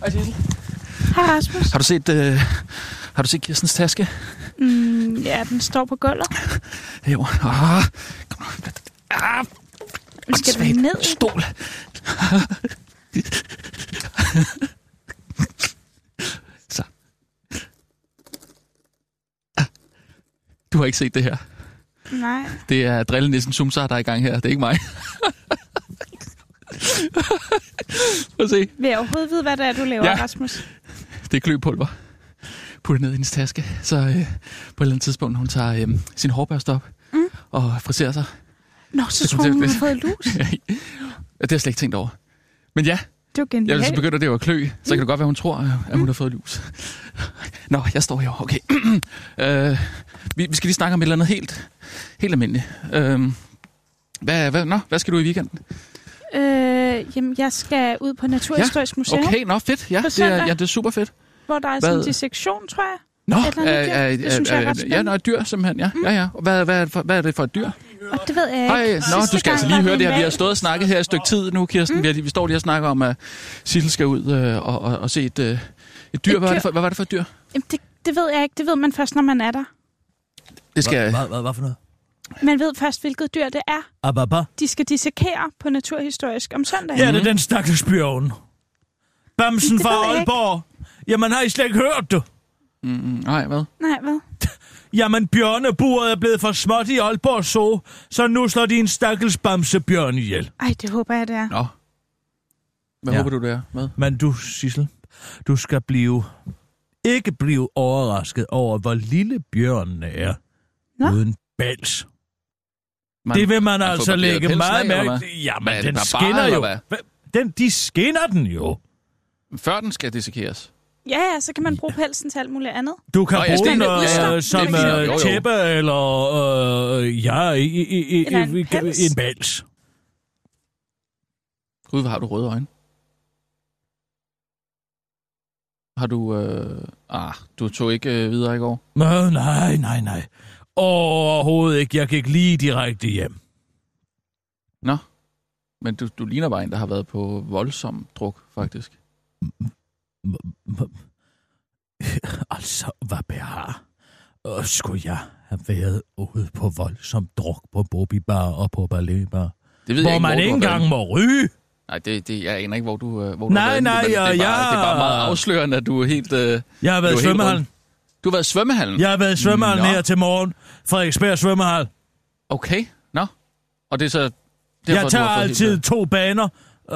Hej Sissel. Hej Rasmus. Har du set Kirstens taske? Ja, den står på gulvet. Jo. Kom nu. Skal du ned? Stol. Så. Du har ikke set det her. Nej. Det er drillenissen Sumsar, der er i gang her. Det er ikke mig. Prøv at se. Vil jeg overhovedet vide, hvad det er, du laver, Rasmus? Det er kløpulver. Put det ned i hendes taske. Så på et eller andet tidspunkt, hun tager sin hårbørste op og friserer sig. Nå, så tror hun har fået lus. Ja, det har jeg slet ikke tænkt over. Men ja, det var genialt. Jeg så begynder det jo at klø, så kan det godt være, hun tror, at hun har fået lus. Nå, jeg står her. Okay. Vi skal lige snakke om et eller andet helt almindeligt. Hvad skal du i weekenden? Jamen, jeg skal ud på Naturhistorisk Museum. Okay, fedt. Ja, det er super fedt. Hvor der er sådan en dissektion, tror jeg. Nå, det synes jeg er ret spændende. Ja, et dyr simpelthen, ja. Ja. Hvad er det for et dyr? Det ved jeg ikke. Nå, du skal altså lige høre det her. Vi har stået og snakket her et stykke tid nu, Kirsten. Vi står lige og snakker om, at Sissel skal ud og se et dyr. Hvad var det for et dyr? Jamen, det ved jeg ikke. Det ved man først, når man er der. Det skal... Hvad for noget? Man ved først, hvilket dyr det er. De skal dissekere på Naturhistorisk om søndagen. Ja, det er den stakkels bjørn. Bamsen fra Aalborg. Jamen, har I slet ikke hørt det? Nej, hvad? Jamen, bjørneburet er blevet for småt i Aalborg Zoo, så nu slår de en stakkels bamsebjørn ihjel. Ej, det håber jeg, det er. Nå. Hvad håber du, det er? Hvad? Men du, Sissel, du skal ikke blive overrasket over, hvor lille bjørnen er. Uden bals. Det vil man altså lægge meget mærke til. Jamen, den skinner jo. De skinner den jo. Før den skal dissekeres. Ja, så kan man bruge pelsen til alt muligt andet. Du kan bruge den som tæppe eller en bals. Gud, hvor har du røde øjne? Har du... du tog ikke videre i går? Nej. Overhovedet ikke. Jeg gik lige direkte hjem. Nå, men du ligner bare en, der har været på voldsom druk, faktisk. Altså, hvad behar? Skulle jeg have været ude på voldsom druk på Bobbybar og på Balletbar? Hvor man ikke engang må ryge? Nej, jeg aner ikke, hvor du har været. Det er bare meget afslørende, at du er helt... Jeg har været i svømmehallen. Du har været i svømmehallen? Jeg har været i svømmehallen her til morgen. Frederiksberg svømmehal. Okay, og det er så... Derfor, jeg tager altid 2 baner.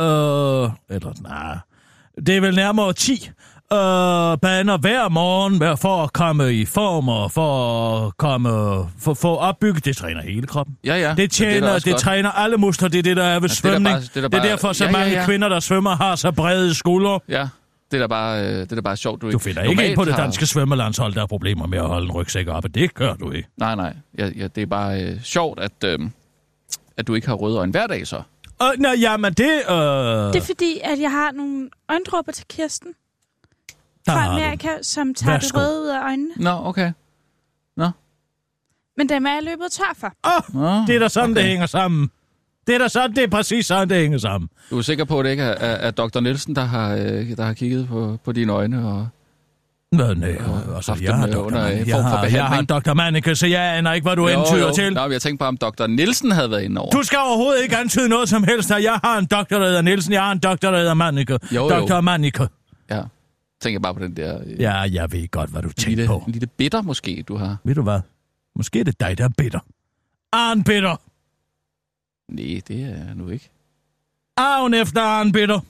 Det er vel nærmere 10 baner hver morgen, for at komme i form og for at opbygge. Det træner hele kroppen. Ja. Det træner alle muskler. Det er det, der er ved svømning. Det er derfor, så mange kvinder, der svømmer, har så brede skuldre. Ja. Det er da bare sjovt, du finder ikke ind på det danske svømmelandshold, der er problemer med at holde en rygsæk op, og det gør du ikke. Nej. Det er bare sjovt, at du ikke har røde øjne hver dag, så. Jamen det... Det er fordi, at jeg har nogle øjendråber til Kirsten fra Amerika, som tager det røde ud af øjnene. Nå, okay. Men dem er jeg løbet tør for. Det er da sådan, det hænger sammen. Det er præcis sådan, det hænger sammen. Du er sikker på, at det ikke er Dr. Nielsen, der har kigget på dine øjne og... Jeg har Dr. Manneke, så jeg aner ikke, hvad du antyder til. Nå, jeg tænkte bare, om Dr. Nielsen havde været inde over. Du skal overhovedet ikke antyde noget som helst. Jeg har en doktor, der hedder Nielsen. Jeg har en doktor, der hedder Manneke. Dr. Manneke. Ja, tænker bare på den der... Ja, jeg ved godt, hvad du tænker på. En lille bitter måske, du har. Ved du hvad? Måske er det dig, der er bitter. Arn bitter. Nej, det er nu ikke. Arven efter Arn bitter.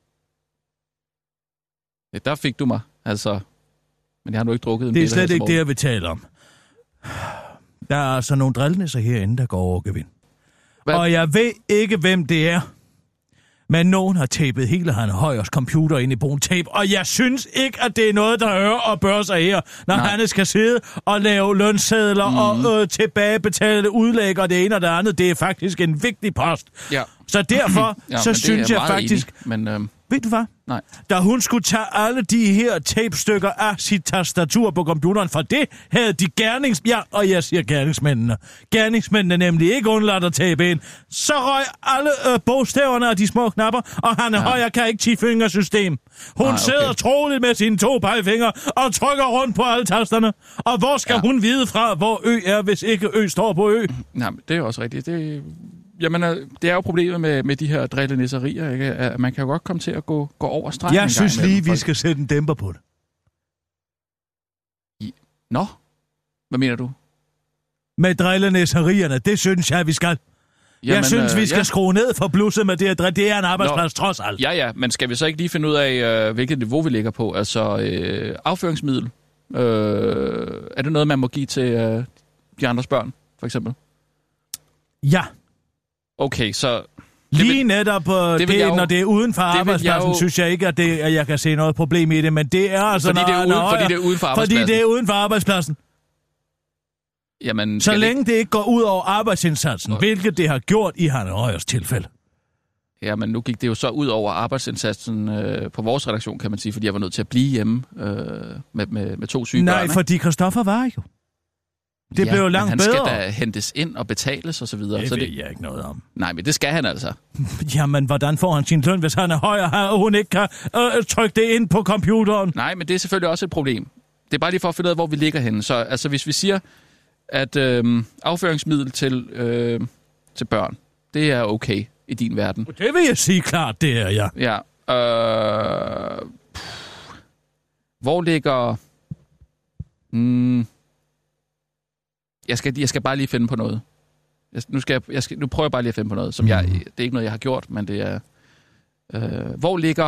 Ja, der fik du mig, altså... Men jeg har nu ikke drukket en bitter. Det er slet ikke det, jeg vil tale om. Der er altså nogle drillnisser herinde, der går over gevind. Og jeg ved ikke, hvem det er. Men nogen har tapet hele han Højers computer ind i brun tape, og jeg synes ikke, at det er noget, der hører og bør sig her, når han skal sidde og lave lønsedler og tilbagebetale udlæg og det ene og det andet. Det er faktisk en vigtig post. Ja. Så derfor, så synes jeg faktisk... Men Ved du hvad? Nej. Da hun skulle tage alle de her tapestykker af sit tastatur på computeren, for det havde de jeg siger gerningsmændene. Gerningsmændene nemlig ikke undladt at tape ind. Så røg alle bogstaverne af de små knapper, og Hanne Højer kan ikke 10-fingersystem. Hun sidder troligt med sine 2 pegefingre og trykker rundt på alle tasterne. Og hvor skal hun vide fra, hvor Ø er, hvis ikke Ø står på Ø? Nej, det er også rigtigt. Jamen, det er jo problemet med de her drillenisserier, ikke? At man kan jo godt komme til at gå over stregen. Jeg synes lige, vi skal sætte en dæmper på det. Nå? Hvad mener du? Med drillenisserierne, det synes jeg, vi skal. Jamen, jeg synes, vi skal skrue ned for blusset med det her. Det er en arbejdsplads, trods alt. Ja, men skal vi så ikke lige finde ud af, hvilket niveau vi ligger på? Altså, afføringsmiddel. Er det noget, man må give til de andres børn, for eksempel? Ja. Okay, så... Lige netop når det er uden for arbejdspladsen, synes jeg ikke, at jeg kan se noget problem i det, men det er altså... Fordi det er uden for arbejdspladsen. Fordi det er uden for arbejdspladsen. Jamen, så længe det ikke går ud over arbejdsindsatsen, hvilket det har gjort i Hanne Højers tilfælde. Ja, men nu gik det jo så ud over arbejdsindsatsen på vores redaktion, kan man sige, fordi jeg var nødt til at blive hjemme med 2 syge børn. Nej, fordi Christoffer var jo. Det blev jo langt han bedre. Han skal da hentes ind og betales og så videre. Det ved jeg ikke noget om. Nej, men det skal han altså. Jamen, hvordan får han sin løn, hvis han er højere, og hun ikke kan trykke det ind på computeren? Nej, men det er selvfølgelig også et problem. Det er bare lige for at finde ud af, hvor vi ligger henne. Så altså, hvis vi siger, at afføringsmiddel til børn, det er okay i din verden. Det vil jeg sige klart, det er jeg. Ja. Hvor ligger... Jeg skal bare lige finde på noget. Nu prøver jeg bare lige at finde på noget, som det er ikke noget, jeg har gjort, men det er... hvor ligger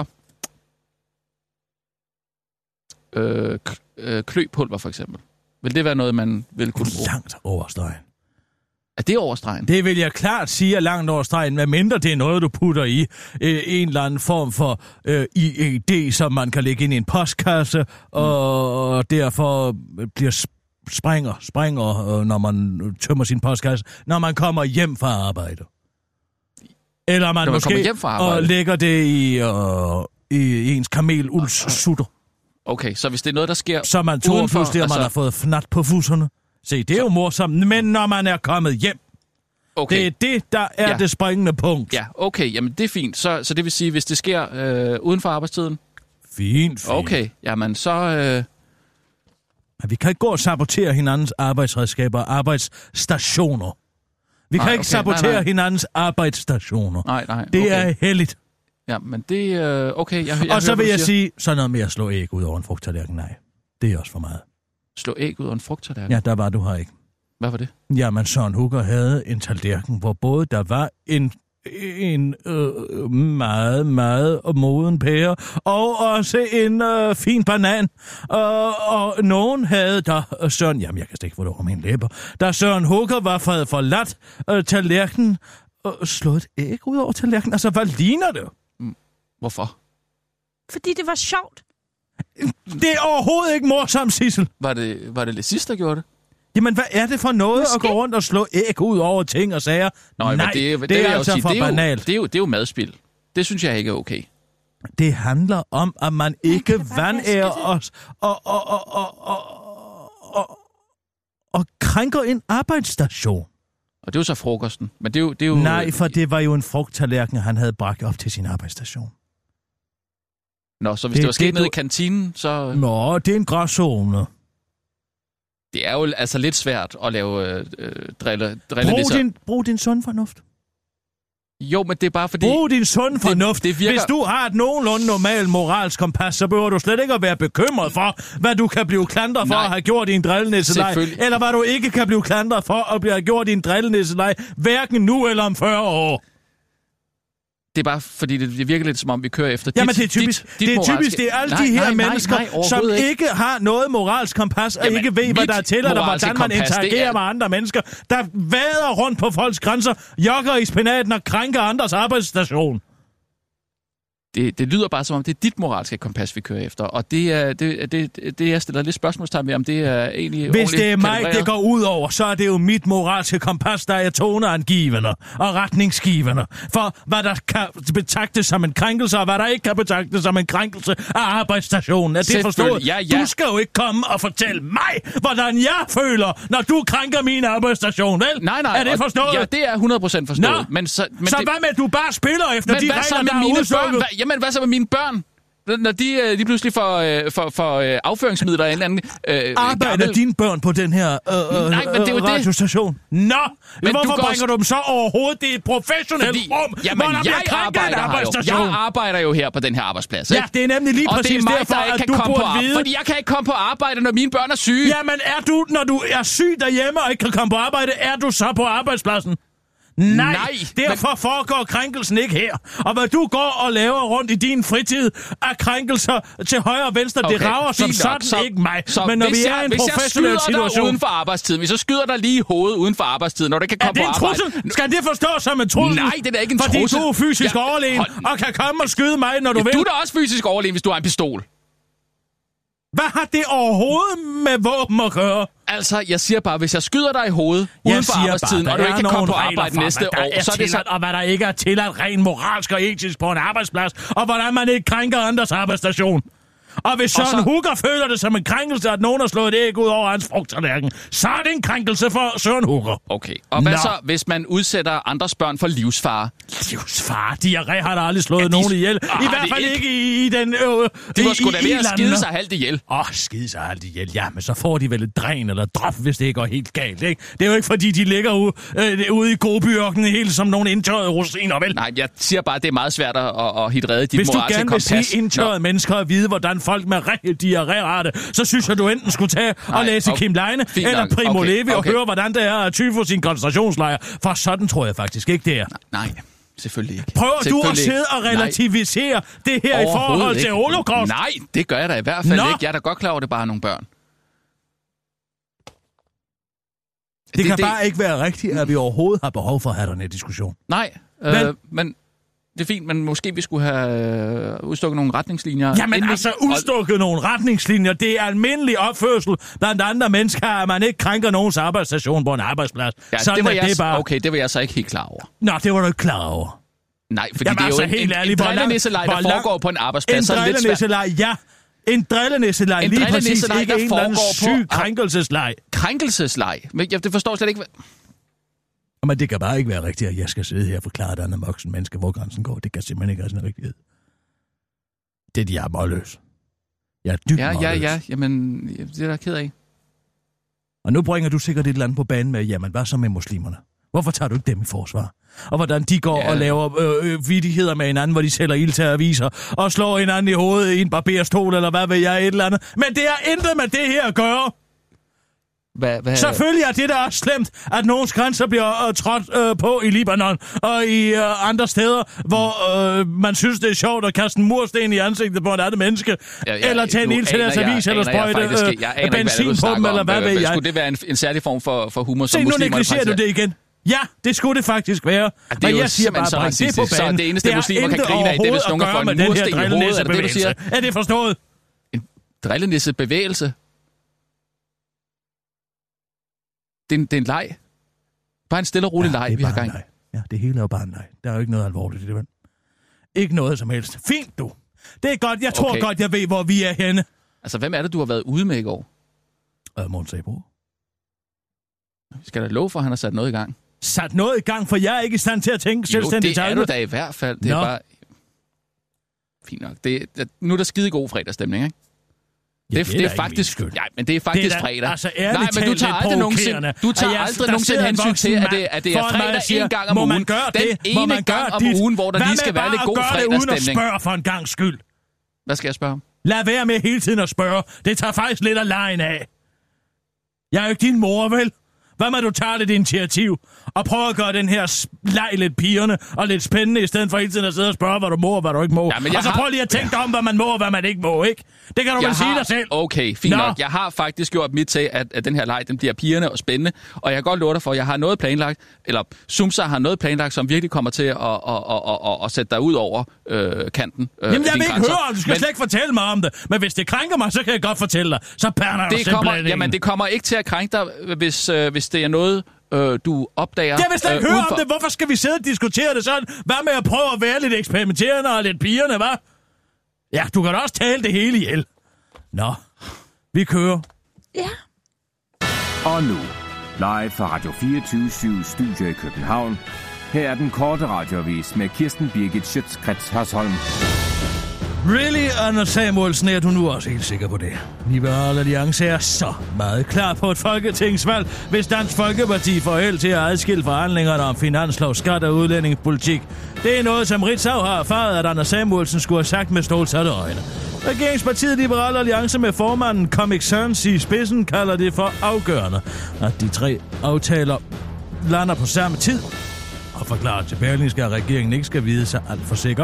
kløpulver, for eksempel? Vil det være noget, man vil kunne bruge? Langt over stregen. Er det over stregen? Det vil jeg klart sige er langt over stregen, medmindre det er noget, du putter i en eller anden form for IED, som man kan lægge ind i en postkasse, og derfor bliver springer, når man tømmer sin postkasse, når man kommer hjem fra arbejde. Eller man måske lægger det i ens kameluldssutter. Okay, så hvis det er noget, der sker så man tror pludselig, at man har fået fnat på fusserne. Se, det er jo morsomt, men når man er kommet hjem. Okay. Det er det, der er det springende punkt. Ja, okay, jamen det er fint. Så det vil sige, hvis det sker uden for arbejdstiden? Fint. Okay, jamen så... Vi kan ikke gå og sabotere hinandens arbejdsredskaber og arbejdsstationer. Vi kan ikke sabotere hinandens arbejdsstationer. Nej. Det er heldigt. Ja, men det... okay, jeg og så vil jeg sige, så noget med at slå æg ud over en frugttallerken. Nej, det er også for meget. Slå æg ud over en frugttallerken? Ja, der var du her ikke. Hvad var det? Jamen, Søren Hugger havde en tallerken, hvor både der var en meget, meget moden pære, og også en fin banan. Og nogen havde der Søren... Jamen, jeg kan ikke få det over mine læber. Da Søren Hugger var forladt tallerkenen, slået et æg ud over tallerkenen. Altså, hvad ligner det? Hvorfor? Fordi det var sjovt. Det er overhovedet ikke morsomt, Sissel. Var det lidt sidst, der gjorde det? Jamen, hvad er det for noget at gå rundt og slå æg ud over ting og sager? Nej, det er altså sige, for banalt. Det er jo madspild. Det synes jeg ikke er okay. Det handler om, at man ikke vandærer os og krænker en arbejdsstation. Og det er jo så frokosten. Men det er jo... Nej, for det var jo en frugttallerken, han havde bragt op til sin arbejdsstation. Nå, så hvis det var sket nede i kantinen, så... Nå, det er en gråzone. Det er jo altså lidt svært at lave drille. Brug din sund fornuft. Jo, men det er bare fordi... Brug din sund fornuft. Det virker... Hvis du har et nogenlunde normalt moralsk kompas, så behøver du slet ikke at være bekymret for, hvad du kan blive klandret for at have gjort i en drillenisselej. Eller hvad du ikke kan blive klandret for at blive gjort i en drillenisselej, hverken nu eller om 40 år. Det er bare fordi, det virker lidt som om, vi kører efter Jamen, det er typisk. Det er alle de her mennesker, som ikke har noget moralsk kompas, og ikke ved, hvad der er til, eller hvordan man interagerer med andre mennesker, der vader rundt på folks grænser, jogger i spinaten og krænker andres arbejdsstation. det lyder bare som om, det er dit moralske kompas, vi kører efter. Og det jeg stiller lidt spørgsmålstegn ved, om det er egentlig... Hvis det er mig, det går ud over, så er det jo mit moralske kompas, der er toneangivende og retningsgivende. For hvad der kan betragtes som en krænkelse, og hvad der ikke kan betragtes som en krænkelse af arbejdsstationen. Er det forstået? Ja. Du skal jo ikke komme og fortælle mig, hvordan jeg føler, når du krænker min arbejdsstation, vel? Nej. Er det forstået? Ja, det er 100% forstået. Nå, men så hvad med, at du bare spiller efter de regler, der er udstukket? Jamen, hvad så med mine børn? Når de lige pludselig får afføringsmidler af en eller anden... Arbejder dine børn på den her radiostation? Nå, men hvorfor bringer du dem så overhovedet? Det er et professionelt rum, hvor der bliver krænket en arbejdsstation. Jeg arbejder jo her på den her arbejdsplads. Ja, det er nemlig lige præcis derfor, at du burde vide... Fordi jeg kan ikke komme på arbejde, når mine børn er syge. Jamen, når du er syg derhjemme og ikke kan komme på arbejde, er du så på arbejdspladsen? Nej, derfor foregår krænkelsen ikke her. Og hvad du går og laver rundt i din fritid af krænkelser til højre og venstre, det rager som sådan ikke mig. Men når vi er i en professionel situation... uden for arbejdstiden, hvis jeg skyder dig lige i hovedet uden for arbejdstiden, når du ikke kan komme på arbejde... Er det en trussel? Skal det forstås som en trussel? Nej, det er ikke en trussel. Fordi du er fysisk overlegen og kan komme og skyde mig, når du vil. Du er da også fysisk overlegen, hvis du har en pistol. Hvad har det overhovedet med våben at gøre? Altså, jeg siger bare, hvis jeg skyder dig i hovedet uden for arbejdstiden, og du ikke kan komme på arbejde næste år, så er det så... Og hvad der ikke er tilladt rent moralsk og etisk på en arbejdsplads, og hvordan man ikke krænker andres arbejdsstation. Og hvis Søren Hugger føler det som en krænkelse, at nogen har slået et æg ud over hans frugttallerken, så er det en krænkelse for Søren Hugger. Okay, og hvad så, hvis man udsætter andres børn for livsfare? Livsfare? Diarré har der aldrig slået nogen ihjel. I hvert fald ikke i den... De var sgu da ved at skide sig halvt ihjel. Skide sig halvt ihjel. Ja, men så får de vel et dræn eller drop, hvis det ikke går helt galt, ikke? Det er jo ikke, fordi de ligger ude i Gobiørkenen helt som nogle indtørrede rosiner, vel? Nej, jeg siger bare, at det er meget svært at hitrede dit moralske kompas. Hvis du gerne vil se indtørrede mennesker og vide, hvordan folk med diarré-rate, så synes jeg, du enten skulle tage og læse Kim Leine eller Primo Levi og høre, hvordan det er at tyfus i en koncentrationslejr. For sådan tror jeg faktisk ikke, det er. Nej, selvfølgelig ikke. Prøver du at sidde og relativisere det her i forhold til holocaust? Nej, det gør jeg da i hvert fald ikke. Jeg er da godt klar over, at det bare er nogle børn. Det kan bare ikke være rigtigt, at vi overhovedet har behov for at have den her diskussion. Nej, men... Det er fint, men måske vi skulle have udstukket nogle retningslinjer. Jamen udstukket nogle retningslinjer. Det er almindelig opførsel blandt andre mennesker, at man ikke krænker nogens arbejdsstation på en arbejdsplads. Ja, sådan det bare... Okay, det var jeg så ikke helt klar over. Nå, det var du ikke klar over. Nej, fordi det er jo en drillenæsseleg, der foregår på en arbejdsplads. En drillenæsseleg, ja. En drillenæsseleg, lige præcis. Ikke en eller anden syg krænkelsesleg. Krænkelsesleg? Men det forstår slet ikke... Men det kan bare ikke være rigtigt, at jeg skal sidde her og forklare et andet voksen menneske, hvor grænsen går. Det kan simpelthen ikke være sådan en rigtighed. Det er de er målløs. Jeg er dybt målløs. Ja, jamen, det er jeg ked af. Og nu bringer du sikkert et eller andet på banen med, jamen, hvad så med muslimerne? Hvorfor tager du ikke dem i forsvar? Og hvordan de går og laver vittigheder med hinanden, hvor de sælger ild til aviser, og slår hinanden i hovedet i en barberstol, eller hvad ved jeg, et eller andet. Men det har intet med det her at gøre. Selvfølgelig er det der også slemt, at nogens grænser bliver trådt på i Libanon og i andre steder, hvor man synes, det er sjovt at kaste en mursten i ansigtet på et andet menneske, eller tage en ild til deres avis, eller sprøjte benzin på dem, eller hvad ved jeg. Skulle det være en særlig form for humor, som muslimerne... Se, nu negligerer du det igen. Ja, det skulle det faktisk være. Men jeg siger bare, bring det på banen. Så det eneste, muslimer kan grine af, det er, hvis nogen får en mursten i hovedet. Er det det, du siger? Er det forstået? En drillenisse-bevægelse? Det er en leg. Bare en stille og rolig leg, vi har gang. Ja, det hele er jo bare en leg. Der er jo ikke noget alvorligt i det, vel? Ikke noget som helst. Fint, du. Det er godt. Jeg tror godt, jeg ved, hvor vi er henne. Altså, hvem er det, du har været ude med i går? Måns Sabro. Skal der lov for, at han har sat noget i gang? Sat noget i gang, for jeg er ikke i stand til at tænke selvstændigt. Jo, det er du da i hvert fald. Det er bare... Fint nok. Nu er der skide god fredagsstemning, ikke? Ja, det er faktisk, men det er faktisk fredag. Altså, nej, men du tager aldrig nogensinde hensyn til, at det er fredag en gang om ugen. Den ene gang om ugen, hvor der lige skal være lidt god fredagsstemning. Uden at spørge for en gangs skyld. Hvad skal jeg spørge om? Lad være med hele tiden at spørge. Det tager faktisk lidt af lejen af. Jeg er jo ikke din mor, vel? Hvad med du tager lidt initiativ og prøver at gøre den her leg lidt pigerne og lidt spændende, i stedet for hele tiden at sidde og spørge, hvad du må og hvad du ikke må. Ja, og så prøv lige at tænke dig om, hvad man må og hvad man ikke må, ikke? Det kan du vel sige dig selv. Okay, fint nok. Jeg har faktisk gjort mit til, at den her leg, den bliver pigerne og spændende. Og jeg kan godt love dig for, at jeg har noget planlagt, eller Sumsa har noget planlagt, som virkelig kommer til at sætte dig ud over kanten. Jamen, jeg vil ikke høre, du skal slet ikke fortælle mig om det. Men hvis det krænker mig, så kan jeg godt fortælle dig. Så pærner du simpelthen ikke. Jamen, det kommer ikke til at krænke dig, hvis det er noget, du opdager. Jeg vil slet ikke høre om det. Hvorfor skal vi sidde og diskutere det sådan? Hvad med at prøve at være lidt eksperimenterende og lidt pigerne, hva'? Ja, du kan da også tale det hele ihjel. Nå, vi kører. Ja. Og nu, live fra Radio 24/7 Studio i København. Her er den korte radioavis med Kirsten Birgit Schøtz-Krets Hørsholm. Really, Anders Samuelsen, er du nu også helt sikker på det? Liberal Alliance er så meget klar på et folketingsvalg, hvis Dansk Folkeparti får held til at adskille forhandlingerne om finanslov, skat og udlændingepolitik. Det er noget, som Ritzau har erfaret, at Anders Samuelsen skulle have sagt med stålsatte øjne. Regeringspartiet Liberal Alliance med formanden Comic Sans i spidsen kalder det for afgørende, at de 3 aftaler lander på samme tid, og forklarer til Berlingske, at regeringen ikke skal vide sig alt for sikker.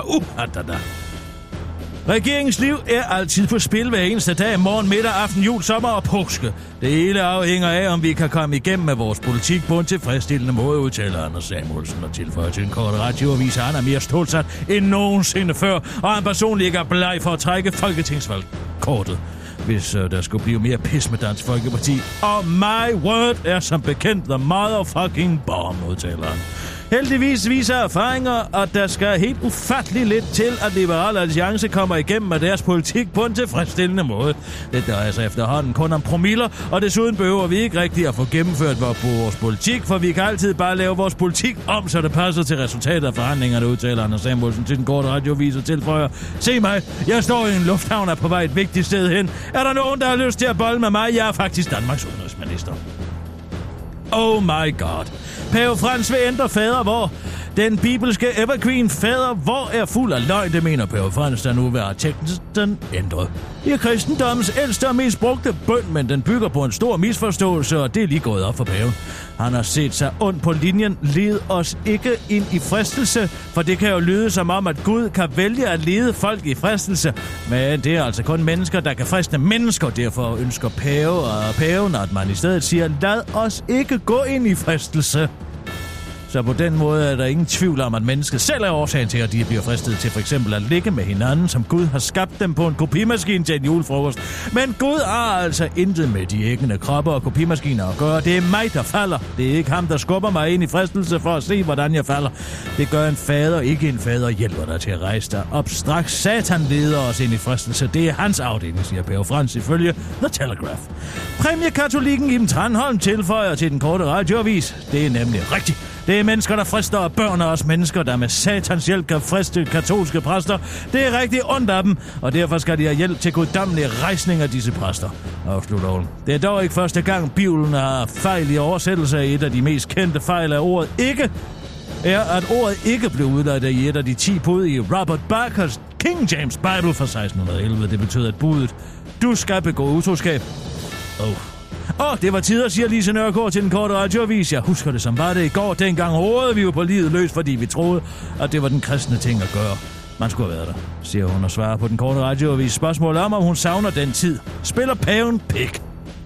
Regeringens liv er altid på spil hver eneste dag, morgen, middag, aften, jul, sommer og påske. Det hele afhænger af, om vi kan komme igennem med vores politik på en tilfredsstillende måde, udtaler Anders Samuelsen og tilføjer til en kort radioavis, at han er mere stålsat end nogensinde før, og han personligt ikke er bleg for at trække folketingsvalgkortet, hvis der skulle blive mere pis med Dansk Folkeparti. Og my word er som bekendt the motherfucking bomb, udtaler han. Heldigvis viser erfaringer, at der skal helt ufatteligt lidt til, at Liberal Alliance kommer igennem med deres politik på en tilfredsstillende måde. Det drejer sig efterhånden kun om promiller, og desuden behøver vi ikke rigtig at få gennemført vores politik, for vi kan altid bare lave vores politik om, så det passer til resultatet af forhandlingerne, udtaler Anders Samuelsen til den korte radioavis og tilføjer. Se mig, jeg står i en lufthavn og på vej et vigtigt sted hen. Er der nogen, der har lyst til at bolle med mig? Jeg er faktisk Danmarks udenrigsminister. Oh my god. Pave Frans vil ændre fader hvor. Den bibelske evergreen fader hvor er fuld af løgn, det mener Pave Frans, der nu vil have teksten ændret. Det er kristendommens ældste og mest brugte bøn, men den bygger på en stor misforståelse, og det er lige gået op for paven. Han har set sig ondt på linjen, led os ikke ind i fristelse, for det kan jo lyde som om, at Gud kan vælge at lede folk i fristelse. Men det er altså kun mennesker, der kan friste mennesker, derfor ønsker paven, at man i stedet siger, lad os ikke gå ind i fristelse. Så på den måde er der ingen tvivl om, at mennesket selv er årsagen til, at de bliver fristet til for eksempel at ligge med hinanden, som Gud har skabt dem på en kopimaskine til en julefrokost. Men Gud har altså intet med de æggende kropper og kopimaskiner at gøre. Det er mig, der falder. Det er ikke ham, der skubber mig ind i fristelse for at se, hvordan jeg falder. Det gør en fader, ikke en fader hjælper dig til at rejse dig op. Straks Satan leder os ind i fristelse. Det er hans afdeling, siger Pave Frans ifølge The Telegraph. Præmiekatolikken Iben Tranholm tilføjer til den korte radioavis. Det er nemlig rigtigt. Det er mennesker, der frister, og børn er også mennesker, der med satans hjælp kan friste katolske præster. Det er rigtig ondt af dem, og derfor skal de have hjælp til guddommelig rejsning af disse præster, afslutter hun. Det er dog ikke første gang, Bibelen har fejl i oversættelse af et af de mest kendte fejl af ordet ikke, er, at ordet ikke blev udlagt i et af de 10 bud i Robert Barkers King James Bible fra 1611. Det betyder, at budet, du skal begå utroskab. Det var tider, siger Lise Nørgaard til den korte radioavis. Jeg husker det som var det i går. Dengang rådede vi jo på livet løs, fordi vi troede, at det var den kristne ting at gøre. Man skulle have været der, siger hun og svarer på den korte radioavis spørgsmål om hun savner den tid. Spiller paven pik?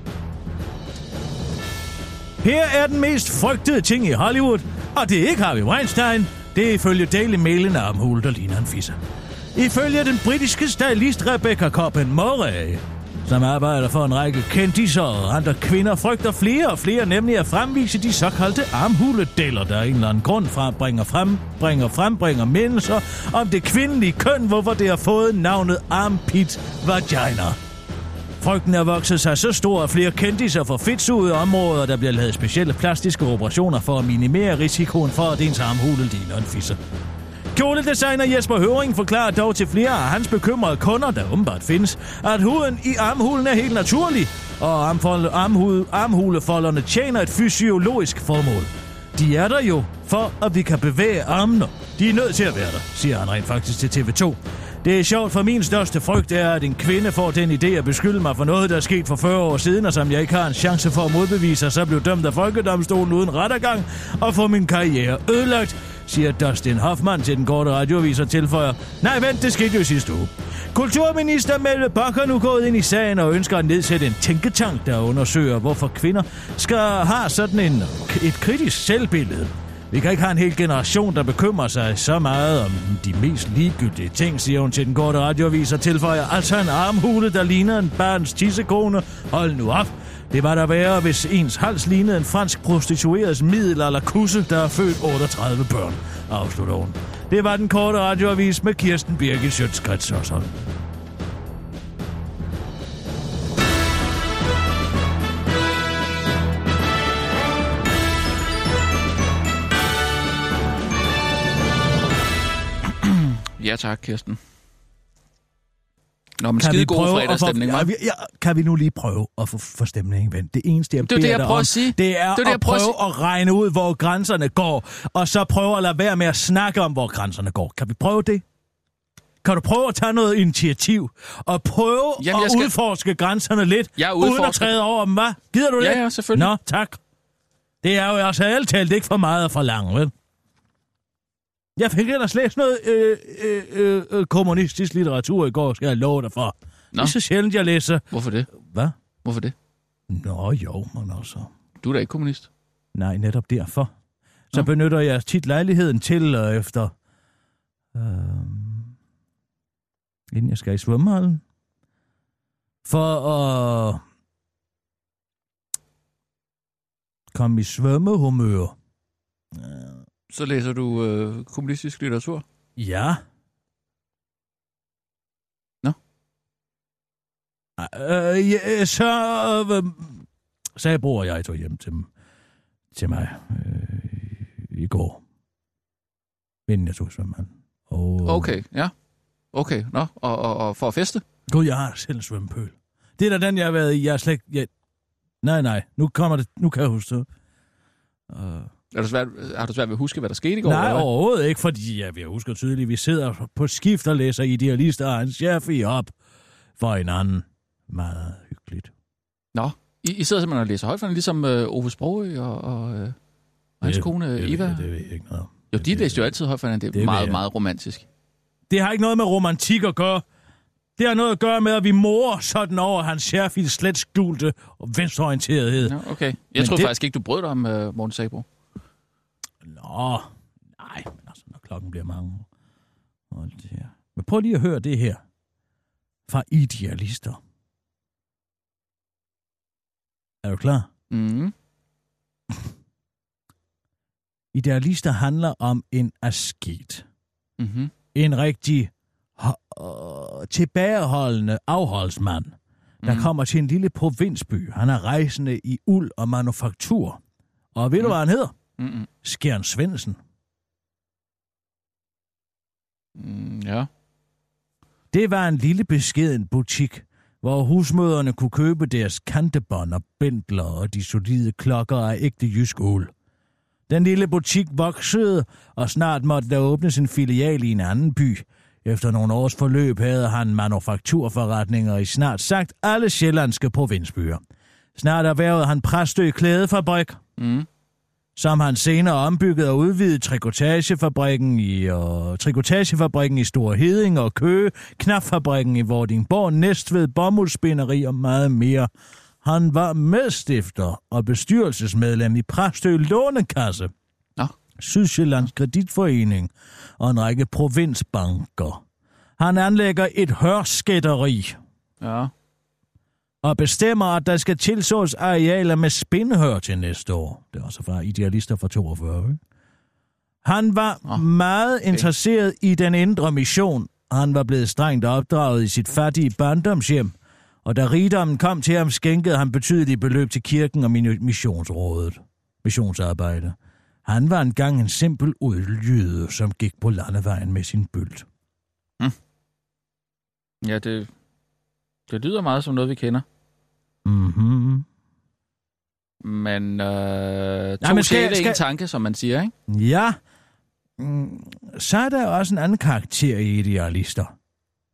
Her er den mest frygtede ting i Hollywood, og det er ikke Harvey Weinstein. Det er ifølge Daily Mail en armhule, der ligner en fisse. Ifølge den britiske stylist Rebecca Coppen-Murray, som arbejder for en række kendiser og andre kvinder, frygter flere og flere nemlig at fremvise de såkaldte armhuledeller, der af en eller anden grund frembringer mindelser om det kvindelige køn, hvorfor det har fået navnet armpit vagina. Frygten er vokset sig så stor, at flere kendiser får fedtsugede områder, der bliver lavet specielle plastiske operationer for at minimere risikoen for, at ens armhule ligner en fisse. Kjoledesigner Jesper Høring forklarer dog til flere af hans bekymrede kunder, der åbenbart findes, at huden i armhulen er helt naturlig, og armhulefolderne tjener et fysiologisk formål. De er der jo, for at vi kan bevæge armene. De er nødt til at være der, siger han rent faktisk til TV2. Det er sjovt, for min største frygt er, at en kvinde får den idé at beskylde mig for noget, der er sket for 40 år siden, og som jeg ikke har en chance for at modbevise, og så blev dømt af Folkedomstolen uden rettergang og får min karriere ødelagt, siger Dustin Hoffman til den korte radioavis og tilføjer: Nej, vent, det skete jo sidste uge. Kulturminister Mette Bock har nu gået ind i sagen og ønsker at nedsætte en tænketank, der undersøger, hvorfor kvinder skal have sådan et kritisk selvbillede. Vi kan ikke have en hel generation, der bekymrer sig så meget om de mest ligegyldige ting, siger hun til den korte radioavis og tilføjer: Altså en armhule, der ligner en barns tissekone. Hold nu op. Det var der værre, hvis ens hals lignede en fransk prostitueredes middelalderkusse, der har født 38 børn, afslutter hun. Det var den korte radioavis med Kirsten Birgit Schøtz-Krets Hørsholm. Ja tak, Kirsten. Nå, men skide god fredagsstemning, hva'? Kan vi nu lige prøve at få stemningen vendt? Det eneste, jeg beder dig om, det er at prøve at regne ud, hvor grænserne går, og så prøve at lade være med at snakke om, hvor grænserne går. Kan vi prøve det? Kan du prøve at tage noget initiativ, og prøve at udforske grænserne lidt, uden at træde over dem, hva'? Gider du det? Ja, selvfølgelig. Nå, tak. Det er jo altså alt talt ikke for meget at forlange, vel? Jeg fik ellers læst noget kommunistisk litteratur i går, skal jeg love dig for. Det er så sjældent, jeg læser. Hvorfor det? Hvad? Hvorfor det? Nå jo, men altså... Du er da ikke kommunist? Nej, netop derfor. Så benytter jeg tit lejligheden til efter... inden jeg skal i svømmehallen. For at... komme i svømmehumør. Så læser du kommunistisk litteratur? Ja. Nå. Så bror jeg tog hjem til mig i går. Inden jeg tog svømmehallen. Okay, ja. Okay, nå. Og for at feste? Gud, jeg har selv en svømmepøl. Det er da den, jeg har været i. Jeg er slet ikke... Nej. Nu kommer det. Nu kan jeg huske det. Har du svært ved at huske, hvad der skete i går? Nej, overhovedet ikke, fordi vi husker tydeligt, vi sidder på skift og læser Idealister og en chef op for hinanden. Meget hyggeligt. Nå, I sidder simpelthen og læser højt for ligesom Ove Sprogøe og hans kone Eva? Det ved jeg ikke noget om. Jo, de læste jo altid højt for hinanden. Det er meget, meget romantisk. Det har ikke noget med romantik at gøre. Det har noget at gøre med, at vi morer sådan over hans chef i det slet skjulte og venstreorienterethed. Ja, okay. Jeg tror faktisk ikke, du brød dig om Morten Sabro. Nå, nej, men altså, når klokken bliver mange. Men prøv lige at høre det her fra Idealister. Er du klar? Mhm. Idealister handler om en asket. Mhm. En rigtig tilbageholdende afholdsmand, der kommer til en lille provinsby. Han er rejsende i uld og manufaktur. Og ved du, hvad han hedder? Skjern Svendsen. Ja. Det var en lille beskeden butik, hvor husmøderne kunne købe deres kantebånd og bændler og de solide klokker af ægte jysk uld. Den lille butik voksede, og snart måtte der åbnes en filial i en anden by. Efter nogle års forløb havde han manufakturforretninger i snart sagt alle sjællandske provinsbyer. Snart erhvervede han Præstø Klædefabrik, som han senere ombyggede og udvidede trikotagefabrikken i Store Heding og Køge, knapfabrikken i Vordingborg, Næstved, bomuldsspinderi og meget mere. Han var medstifter og bestyrelsesmedlem i Præstø Lånekasse, Sydsjællands Kreditforening og en række provinsbanker. Han anlægger et hørskætteri. Ja. Og bestemmer, at der skal tilsås arealer med spindehør til næste år. Det er også fra Idealister fra 42. Ikke? Han var meget interesseret i den indre mission. Han var blevet strengt opdraget i sit fattige barndomshjem. Og da rigdommen kom til ham, skænkede han betydelige beløb til kirken og missionsarbejde. Han var engang en simpel udlyde, som gik på landevejen med sin bylt. Ja, det lyder meget som noget, vi kender. Mhm. Men en tanke, som man siger, ikke? Ja. Så er der også en anden karakter i Idealister.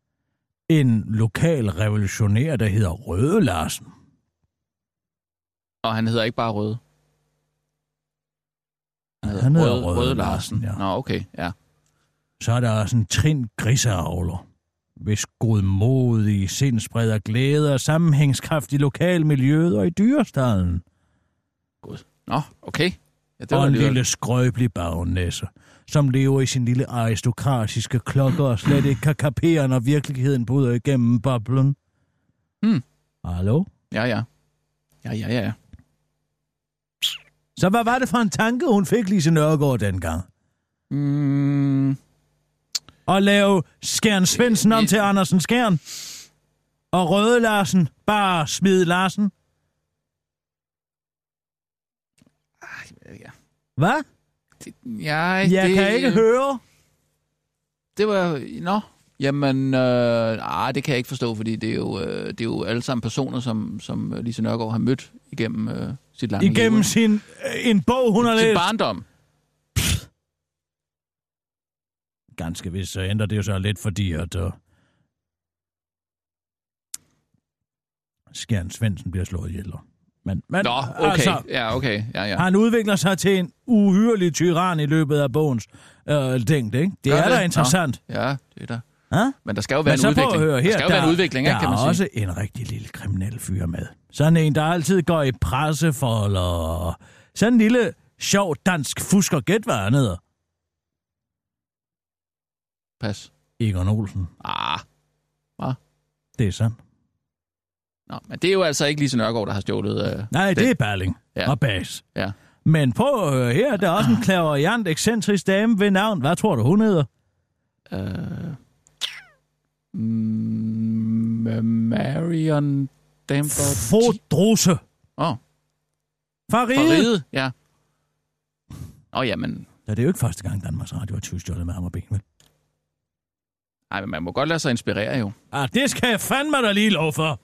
en lokal revolutionær, der hedder Røde Larsen. Og han hedder ikke bare Røde? Han hedder Røde Larsen, ja. Nå, okay, ja. Så er der også en Trin griseavler, hvis godmodige sind spreder glæde og sammenhængskraft i lokalmiljøet og i dyrestallen. God. Nå, okay. Ja, og en lille skrøbelig bagnæsse, som lever i sin lille aristokratiske klokke og slet ikke kan kapere, når virkeligheden bryder igennem boblen. Hallo? Ja. Så hvad var det for en tanke, hun fik, Lise Nørgaard, dengang? At lave Skjern Svendsen om til Andersen Skjern? Og Røde Larsen bare smide Larsen? Ja. Hvad? Jeg kan ikke høre. Det var... Nå. Jamen, det kan jeg ikke forstå, fordi det er jo alle sammen personer, som Lise Nørgaard har mødt igennem sit lange liv. Igennem en bog, hun har læst. Sin barndom. Ganske vist, så ændrer det jo så lidt, fordi at Skjern Svendsen bliver slået ihjel. Men, nå, okay. Altså, ja, okay. Ja. Han udvikler sig til en uhyrelig tyran i løbet af bogens ting, ikke? Det er da interessant. Nå. Ja, det er der. Ha? Men der skal jo være en udvikling. Høre, her, der skal jo være en udvikling, kan man sige. Der er også en rigtig lille kriminel fyr med. Sådan en, der altid går i pressefolder. Sådan en lille, sjov dansk fusker. Gæt, hvad han hedder. Pas. Egon Olsen. Hvad? Det er sandt. Nå, men det er jo altså ikke Lise Nørgaard, der har stjålet... Nej, det er Berling og Bas. Ja. Men prøv at høre her, der er også en clairvoyant, excentrisk dame ved navn. Hvad tror du, hun hedder? Marion Dambert... Fodrose. Faride, ja. Jamen... Ja, det er jo ikke første gang, Danmarks Radio har tyvstjålet med ham og ben, vel? Nej, men man må godt lade sig inspirere, jo. Det skal jeg fandme da lige lov for.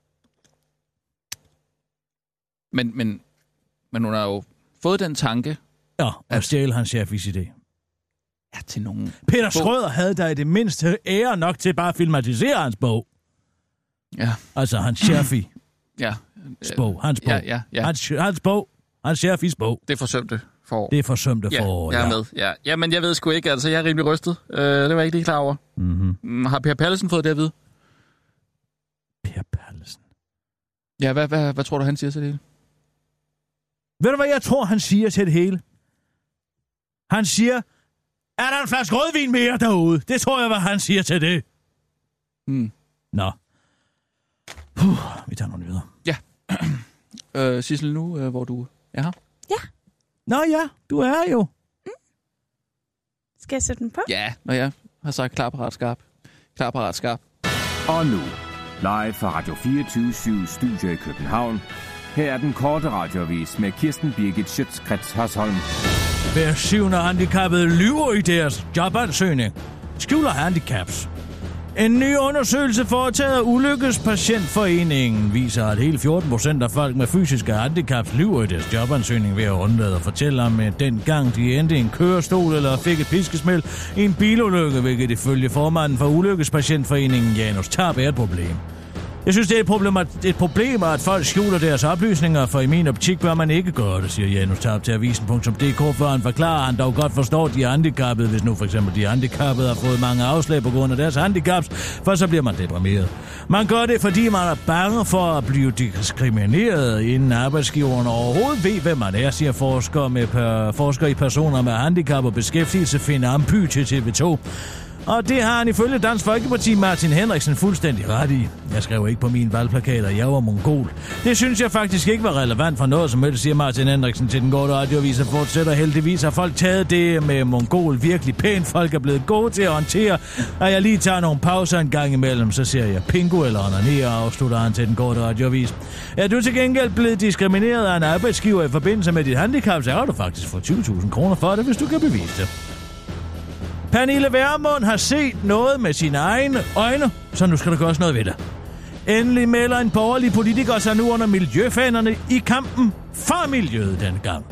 Men hun har jo fået den tanke... Ja, at stjæle hans chefis idé. Ja, til nogen... Peter Schrøder havde da i det mindste ære nok til bare at filmatisere hans bog. Ja. Altså hans chefi. Ja. Bog. Hans bog. Ja. Hans bog. Hans chefis bog. Det forsømte forår. Det er forsømte forår, jeg er med. Ja. Jamen, jeg ved sgu ikke. Altså, jeg er rimelig rystet. Det var jeg ikke lige klar over. Mm-hmm. Har Per Pallesen fået det at vide? Per Pallesen? Ja, hvad tror du, han siger til det hele? Ved du, hvad jeg tror, han siger til det hele? Han siger, er der en flaske rødvin mere derude? Det tror jeg, hvad han siger til det. Nå. Vi tager nogle nyheder. Ja. Sissel, nu hvor du er her. Ja. Nå ja, du er jo. Skal jeg sætte den på? Ja, når jeg har sagt klar, parat, skarp. Klar, parat, skarp. Og nu, live fra Radio 24/7 Studio i København. Her er den korte radioavis med Kirsten Birgit Schøtz-Krets Hørsholm. Hver 7. handicappede lyver i deres jobansøgning. Skjuler handicaps. En ny undersøgelse foretaget af Ulykkespatientforeningen viser, at hele 14% af folk med fysiske handicaps lyver i deres jobansøgning ved at undlade at fortælle om, at den gang de endte i en kørestol eller fik et piskesmæld i en bilulykke, hvilket ifølge formanden for Ulykkespatientforeningen Janus Tarp er et problem. Jeg synes, det er et problem, at folk skjuler deres oplysninger, for i min optik bør man ikke gøre det, siger Janus Tarp til avisen.dk, før han forklarer, at han dog godt forstår de handicappede, hvis nu for eksempel de handicappede har fået mange afslag på grund af deres handicaps, for så bliver man deprimeret. Man gør det, fordi man er bange for at blive diskrimineret, inden arbejdsgiverne overhovedet ved, hvem man er, siger forskere i personer med handicap og beskæftigelse Finn Amby til TV2. Og det har han ifølge Dansk Folkeparti Martin Henriksen fuldstændig ret i. Jeg skrev ikke på mine valgplakater, jeg var mongol. Det synes jeg faktisk ikke var relevant for noget som helst, siger Martin Henriksen til den korte radioavis og fortsætter. Heldigvis har folk taget det med mongol virkelig pænt. Folk er blevet gode til at håndtere, og jeg lige tager nogle pauser en gang imellem, så ser jeg pingo eller onanerer, afslutter han til den korte radioavis. Er du til gengæld blevet diskrimineret af en arbejdsgiver i forbindelse med dit handicap, så har du faktisk fået 20.000 kroner for det, hvis du kan bevise det. Pernille Vermund har set noget med sine egne øjne, så nu skal der gøres noget ved det. Endelig melder en borgerlig politiker sig nu under miljøfanerne i kampen for miljøet denne gang.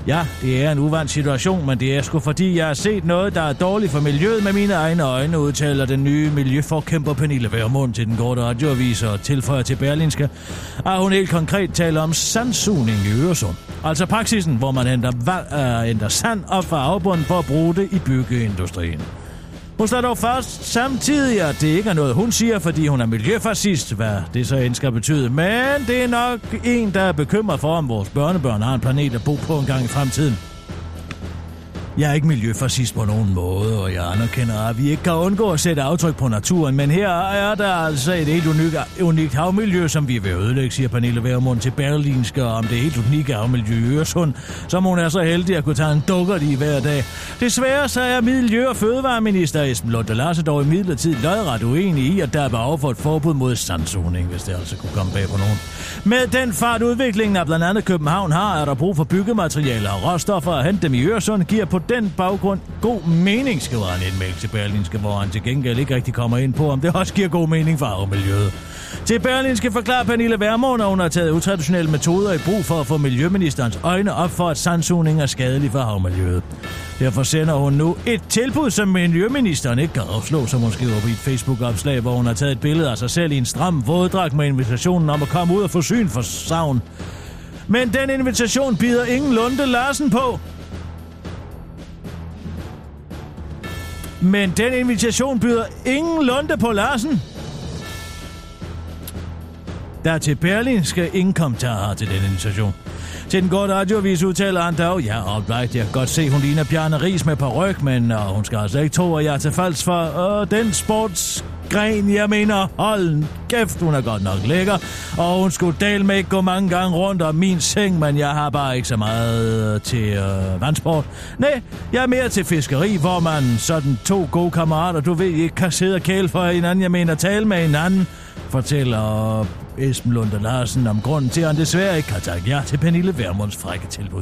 Ja, det er en uvant situation, men det er sgu fordi, jeg har set noget, der er dårligt for miljøet med mine egne øjne, udtaler den nye miljøforkæmper Pernille Vermund til den korte radioavis og tilføjer til Berlingske, at hun helt konkret taler om sandsugning i Øresund. Altså praksisen, hvor man henter sand op fra afbunden for at bruge det i byggeindustrien. Hun slår dog først samtidig, at det ikke er noget, hun siger, fordi hun er miljøfascist, hvad det så end skal betyde. Men det er nok en, der er bekymret for, om vores børnebørn har en planet at bo på en gang i fremtiden. Jeg er ikke miljøfascist på nogen måde, og jeg anerkender, at vi ikke kan undgå at sætte aftryk på naturen, men her er der altså et helt unikt havmiljø, som vi vil ødelægge, siger Pernille Vermund til Berlingske om det helt unikke havmiljø i Øresund, som hun er så heldig at kunne tage en dukkert i hver dag. Desværre så er Miljø- og Fødevareminister Esben Lunde Larsen dog imidlertid lodret uenig i, at der er behov for et forbud mod sandsugning, hvis det altså kunne komme bag på nogen. Med den fart udviklingen af blandt andet København har, er der brug for byggematerialer og råstoffer at hente dem i Øresund, giver på den baggrund god mening, skriver han i en mail til Berlingske, hvor han til gengæld ikke rigtig kommer ind på, om det også giver god mening for havmiljøet. Til Berlingske forklarer Pernille Vermund, at hun har taget utraditionelle metoder i brug for at få miljøministerens øjne op for, at sandsugning er skadelig for havmiljøet. Derfor sender hun nu et tilbud, som miljøministeren ikke kan afslå, som hun skriver på et Facebook-opslag, hvor hun har taget et billede af sig selv i en stram våddragt med invitationen om at komme ud og få syn for savn. Men den invitation bider ingen Lunde Larsen på. Men den invitation byder ingen Lunde på Larsen. Der til Berlingske ingen kommentarer til den invitation. Til den korte radioavis udtaler han dog, ja, alright, jeg kan godt se, hun ligner Bjarne Riis med paryk, men hun skal altså ikke tro, at jeg er til falds for den sportsgren, jeg mener, hold kæft, hun er godt nok lækker, og hun skulle dele med ikke gå mange gange rundt om min seng, men jeg har bare ikke så meget til vandsport. Nej, jeg er mere til fiskeri, hvor man sådan to gode kammerater, du ved, ikke kan sidde og kæle for hinanden, jeg mener tale med hinanden, fortæller Esben Lunde Larsen om grunden til, at han desværre ikke kan takke ja til Pernille Vermunds frække tilbud.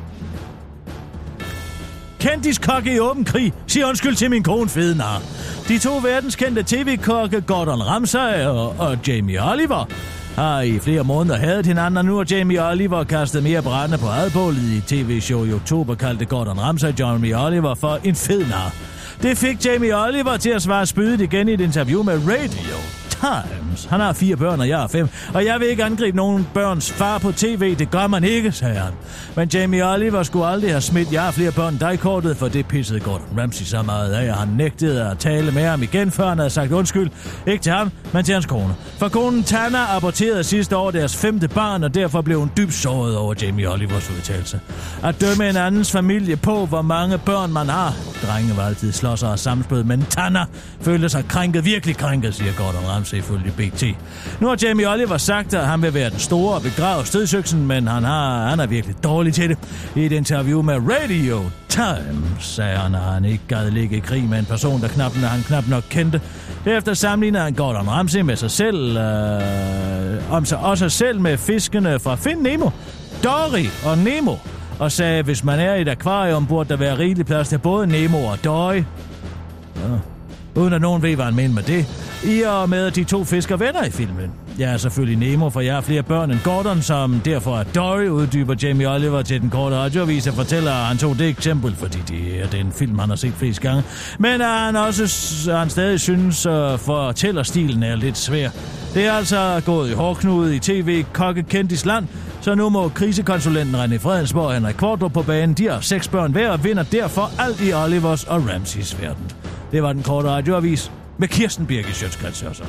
Kendiskokke i åben krig, siger undskyld til min kone Fedenar. De to verdenskendte tv-kokke Gordon Ramsay og Jamie Oliver har i flere måneder hadet hinanden, og nu har Jamie Oliver kastet mere brænde på adbålet i tv-show i oktober, kaldte Gordon Ramsay Jamie Oliver for en fednar. Det fik Jamie Oliver til at svare spydigt igen i et interview med Radio Times. Han har 4 børn, og jeg har 5. Og jeg vil ikke angribe nogen børns far på tv. Det gør man ikke, sagde han. Men Jamie Oliver skulle aldrig have smidt jeg har flere børn dig kortet, for det pissede Gordon Ramsay så meget af, og han nægtede at tale med ham igen, før han havde sagt undskyld. Ikke til ham, men til hans kone. For konen Tanner aborterede sidste år deres 5. barn, og derfor blev hun dybt såret over Jamie Olivers udtalelse. At dømme en andens familie på, hvor mange børn man har. Drenge var altid slås og sammenspød, men Tanner følte sig krænket, virkelig krænket, siger Gordon Ramsay ifølge BT. Nu har Jamie Oliver sagt, at han vil være den store og begrave stødsøksen, men han er virkelig dårlig til det. I et interview med Radio Times sagde han, at han ikke gad ligge i krig med en person, han knap nok kendte. Derefter sammenligner han Gordon Ramsay med sig selv, og sig selv med fiskene fra Find Nemo, Dory og Nemo, og sagde, at hvis man er i et akvarium, burde der være rigelig plads til både Nemo og Dory. Ja. Uden at nogen ved, hvad han mener med det. I og med de 2 fisker venner i filmen. Jeg er selvfølgelig Nemo, for jeg har flere børn end Gordon, som derfor er Dory, uddyber Jamie Oliver til den korte radioavis og fortæller, at han tog det eksempel, fordi det er den film, han har set flest gange. Men han stadig synes, fortællerstilen er lidt svær. Det er altså gået i hårdknude i tv-kokkekendis land, så nu må krisekonsulenten René Fredensborg og Henrik Kvartrup på banen. De har 6 børn hver og vinder derfor alt i Olivers og Ramsays verden. Det var den korte radioavis med Kirsten Birgit Schøtz-Krets Hørsholm.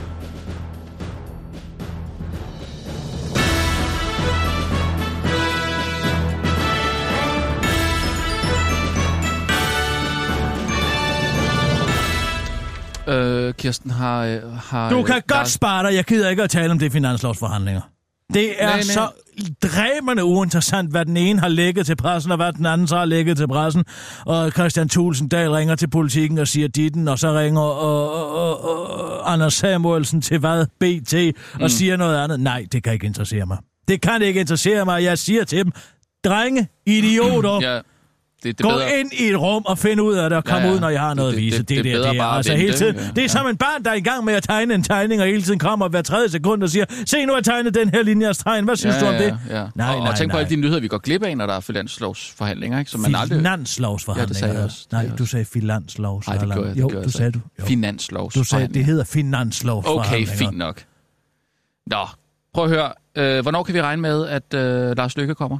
Kirsten har du kan godt spare dig. Jeg gider ikke at tale om det finanslovsforhandlinger. Det er så dræbende uinteressant, hvad den ene har lægget til pressen, og hvad den anden så har lægget til pressen. Og Christian Thulesen Dahl ringer til Politikken og siger ditten, og så ringer Anders Samuelsen til hvad? BT, og siger noget andet. Nej, det kan ikke interessere mig. Det kan ikke interessere mig. Jeg siger til dem, drenge, idioter. Gå ind i et rum og find ud af det og kom ud, når jeg har noget at vise. Det er altså hele tiden. Det er som en barn, der er i gang med at tegne en tegning, og hele tiden kommer hver 3. sekund og siger, se nu har jeg tegnet den her linje af stregen. Hvad synes du om det? Ja. Nej, og tænk på alle de nyheder, vi går glip af, når der er finanslovsforhandlinger, ikke? Som man aldrig... Finanslovsforhandlinger. Ja, det sagde jeg også. Nej, du sagde finanslovsforhandlinger. Nej, det gjorde jeg. Du sagde du. Finanslovsforhandlinger. Du sagde, det hedder finanslovsforhandlinger. Okay, fint nok. Nå, prøv at høre. Hvornår kan vi regne med, at Lars Løkke kommer?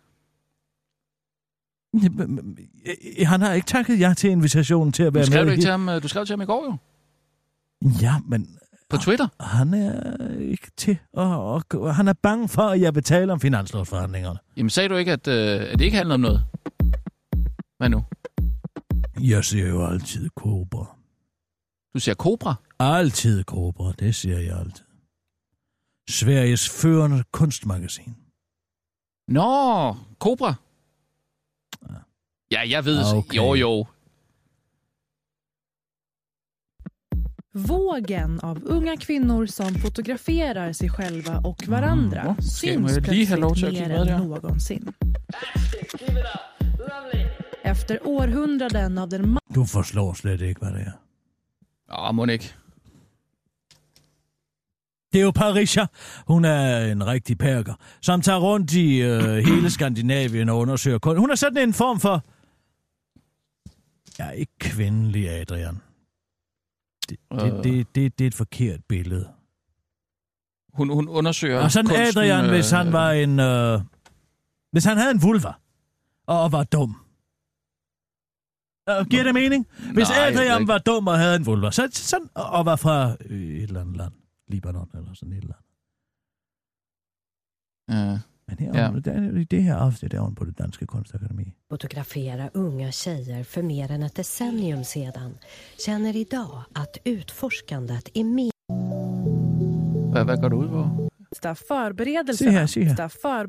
Han har ikke takket jer til invitationen til at være med. Du skrev til ham i går jo. Ja, men... På Twitter? Han er ikke til, og han er bange for, at jeg betaler om finanslovsforhandlingerne. Jamen sagde du ikke, at det ikke handler om noget? Hvad nu? Jeg siger jo altid Cobra. Du siger Cobra? Altid Cobra, det siger jeg altid. Sveriges førende kunstmagasin. Nå, Cobra. Ja, jeg ved. Okay. Jo. Vågen av unga kvinnor som fotograferar sig själva och varandra syns plötsligt mer än någonsin. Efter århundraden av den... Du forslår slet ikke, hvad det er. Ja, må ikke. Det er jo Parisha. Hun er en rigtig perker, som tager rundt i hele Skandinavien og undersøger kunst. Hun er sådan en form for... Jeg er ikke kvindelig, Adrian. Det er et forkert billede. Hun undersøger og sådan kunsten, Adrian, hvis han var en... hvis han havde en vulva og var dum. Giver det mening? Hvis Adrian var dum og havde en vulva, så og var fra et eller andet land. Libanon eller sådan et eller andet. Men her, i det her afsnit er hun på det danske kunstakademi. Fotografera unga tjejer för mer än ett decennium sedan känner idag att utforskandet är mer... Hvad går du ud på? Förberedelserna. Se her.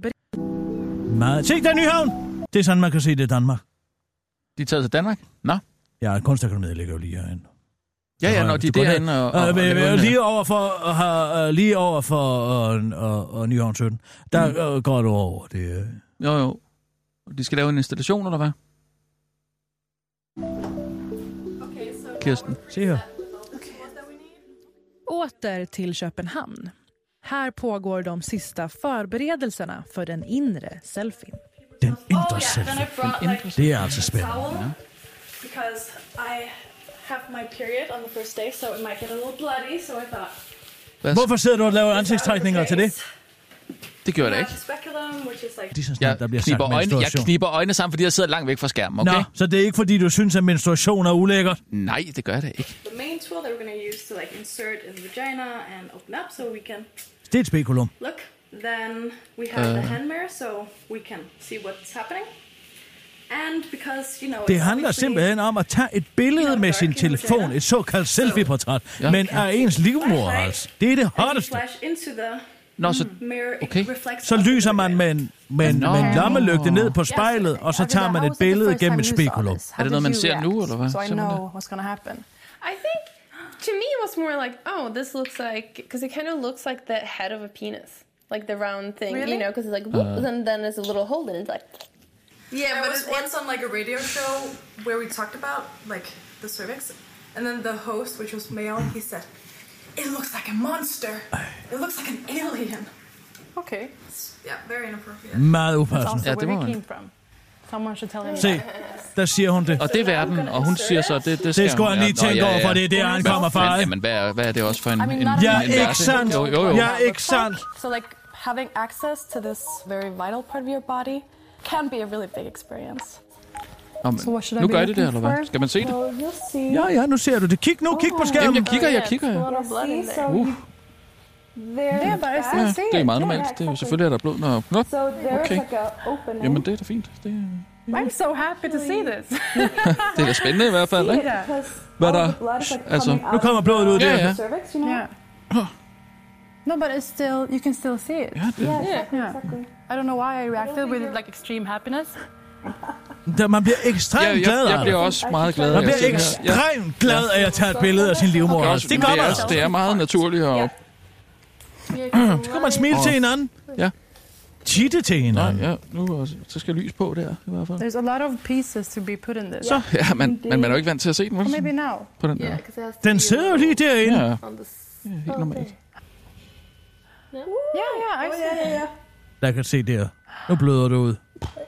Se der Nyhavn! Det er sådan, man kan se det i Danmark. De er taget til Danmark? Nå. Ja, kunstakademiet ligger jo lige herinde. Ja, når de er derinde og lige over for Nyhavn 17. Der går du over det. Jo. De skal lave en installation, eller hvad? Kirsten. Se her. Åter till Köpenhamn. Här pågår de sista förberedelserna för den inre selfien. Den indre selfie. Det er altså spændende. Ja. Because I have my period on the first day, so it might get a little bloody, so I thought... Hvorfor sidder du og laver ansigtstrækninger til det? Det gør jeg ikke. Jeg kniber øjnene sammen, fordi jeg sidder langt væk fra skærmen, okay? Nå, så det er ikke fordi, du synes, at menstruation er ulækkert? Nej, det gør jeg da ikke. The main tool that we're going to use to insert in the vagina and open up, so we can... Det er et spekulum. Look, then we have the hand mirror, so we can see what's happening. And because, det handler simpelthen om at tage et billede med sin telefon, et såkaldt selfie-portræt, men af ens livmoderhals. Det er det hotteste. Nå, så, okay. Så lyser man med en lommelygte ned på spejlet, og så tager man et billede gennem et spekulum. Er det noget, man ser nu, eller hvad? So I know what's going to happen. I think, to me, it was more like, this looks like, because it kind of looks like the head of a penis. Like the round thing, because it's like, whoop, then there's a little hole in it, like... Yeah, but it was once on a radio show where we talked about the cervix, and then the host, which was male, he said, "It looks like a monster. It looks like an alien." Okay. Yeah, very inappropriate. Meget upassende. Ja, det var came from. Someone should tell him. Se, der siger hun det. Og det er verden, og hun siger så, det skal skulle han lige tænke over, for det er der, han kommer fra. Jamen, hvad er det også for en ja, ikke sandt. Jo. Ja, ikke sandt. So having access to this very vital part of your body can be a really big experience. So nu gør det eller hvad? Skal man se det? Ja, nu ser du det. Kig på skærmen. Jamen, jeg kigger. Det er meget normalt. Det er jo selvfølgelig, at der er blod, når... Nå, okay. Jamen, det er da fint. I'm so happy to see this. Det er da spændende i hvert fald, ikke? Hvad der... Altså... Nu kommer blodet ud der. Ja. No, but it's still, you can still see it. Yeah. I don't know why I reacted with extreme happiness. Man bliver ekstremt glad af Jeg bliver også meget glad af Man bliver ekstremt glad af at tage et billede af sin livmor. Det gør man. Det er meget naturligt. Og... Så kan man smile til hinanden. Ja. titte til hinanden. Ja, nu så skal lys på der, i hvert fald. There's a lot of pieces to be put in this. Så, ja, men man er jo ikke vant til at se den, vel? Maybe now. På den der. Den sidder jo lige derinde. Ja, helt normalt. Yeah, I see. Yeah. Der kan se der. Nu bløder det ud.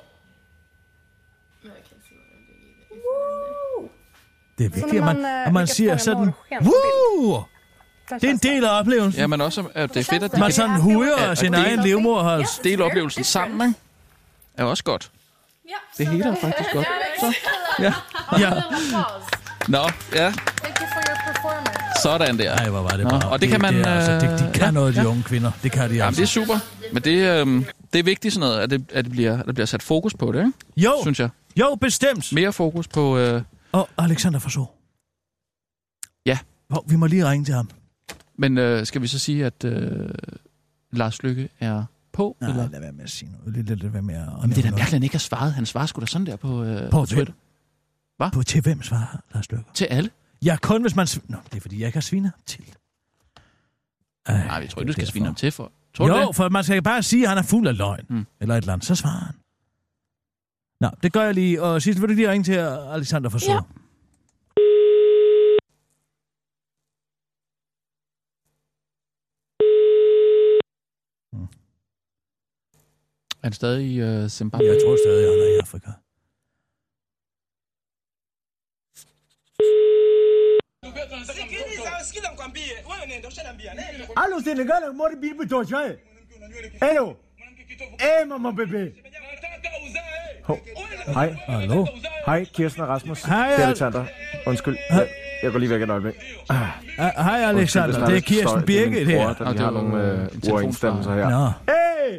Det er vigtigt, at man siger sådan, woo! Det er en del af oplevelsen. Ja, men også, at det er fedt, at man sådan hujer sin egen livmorhals. Dele oplevelsen sammen, ikke? Er også godt. Det hele er faktisk godt. Så. Ja. Nå, ja. Sådan der. Ej, hvor var det bare. Og det kan man... de kan noget, de unge kvinder. Det kan de altså. Det er super. Men det er vigtigt sådan noget, at der bliver sat fokus på det, ikke? Jo. Synes jeg. Jo, bestemt. Mere fokus på... Og Alexander Forså. Ja. Vi må lige ringe til ham. Men skal vi så sige, at Lars Løkke er på? Nej, eller? lad være med at sige noget. Lad være med at... Men det er da mærkeligt, han ikke har svaret. Han svarer sgu da sådan der på Twitter. Hvad? Til hvem svarer Lars Løkke? Til alle. Ja, kun hvis man... Nå, det er fordi, jeg ikke har sviner til. Nej, vi tror ikke, du skal svine ham til for. Tror jo, for man skal bare sige, at han er fuld af løgn. Eller et eller andet. Så svarer han. Nå, det gør jeg lige. Og sidst vil du lige ringe til Alexander Forså. Ja. Er han stadig i Zimbabwe? Jeg tror stadig, han er i Afrika. Allo, Senegal, mori bil bitocha. Hello. Mama bebe. Hej. Hallo. Hej, Kirsten og Rasmus. Hej, det er Alexander. Undskyld. Jeg går lige væk et øjeblik. Hej, Alexander. Det er Kirsten Birgit her. Vi har nogle uoverensstemmelser her. Nå. Hey!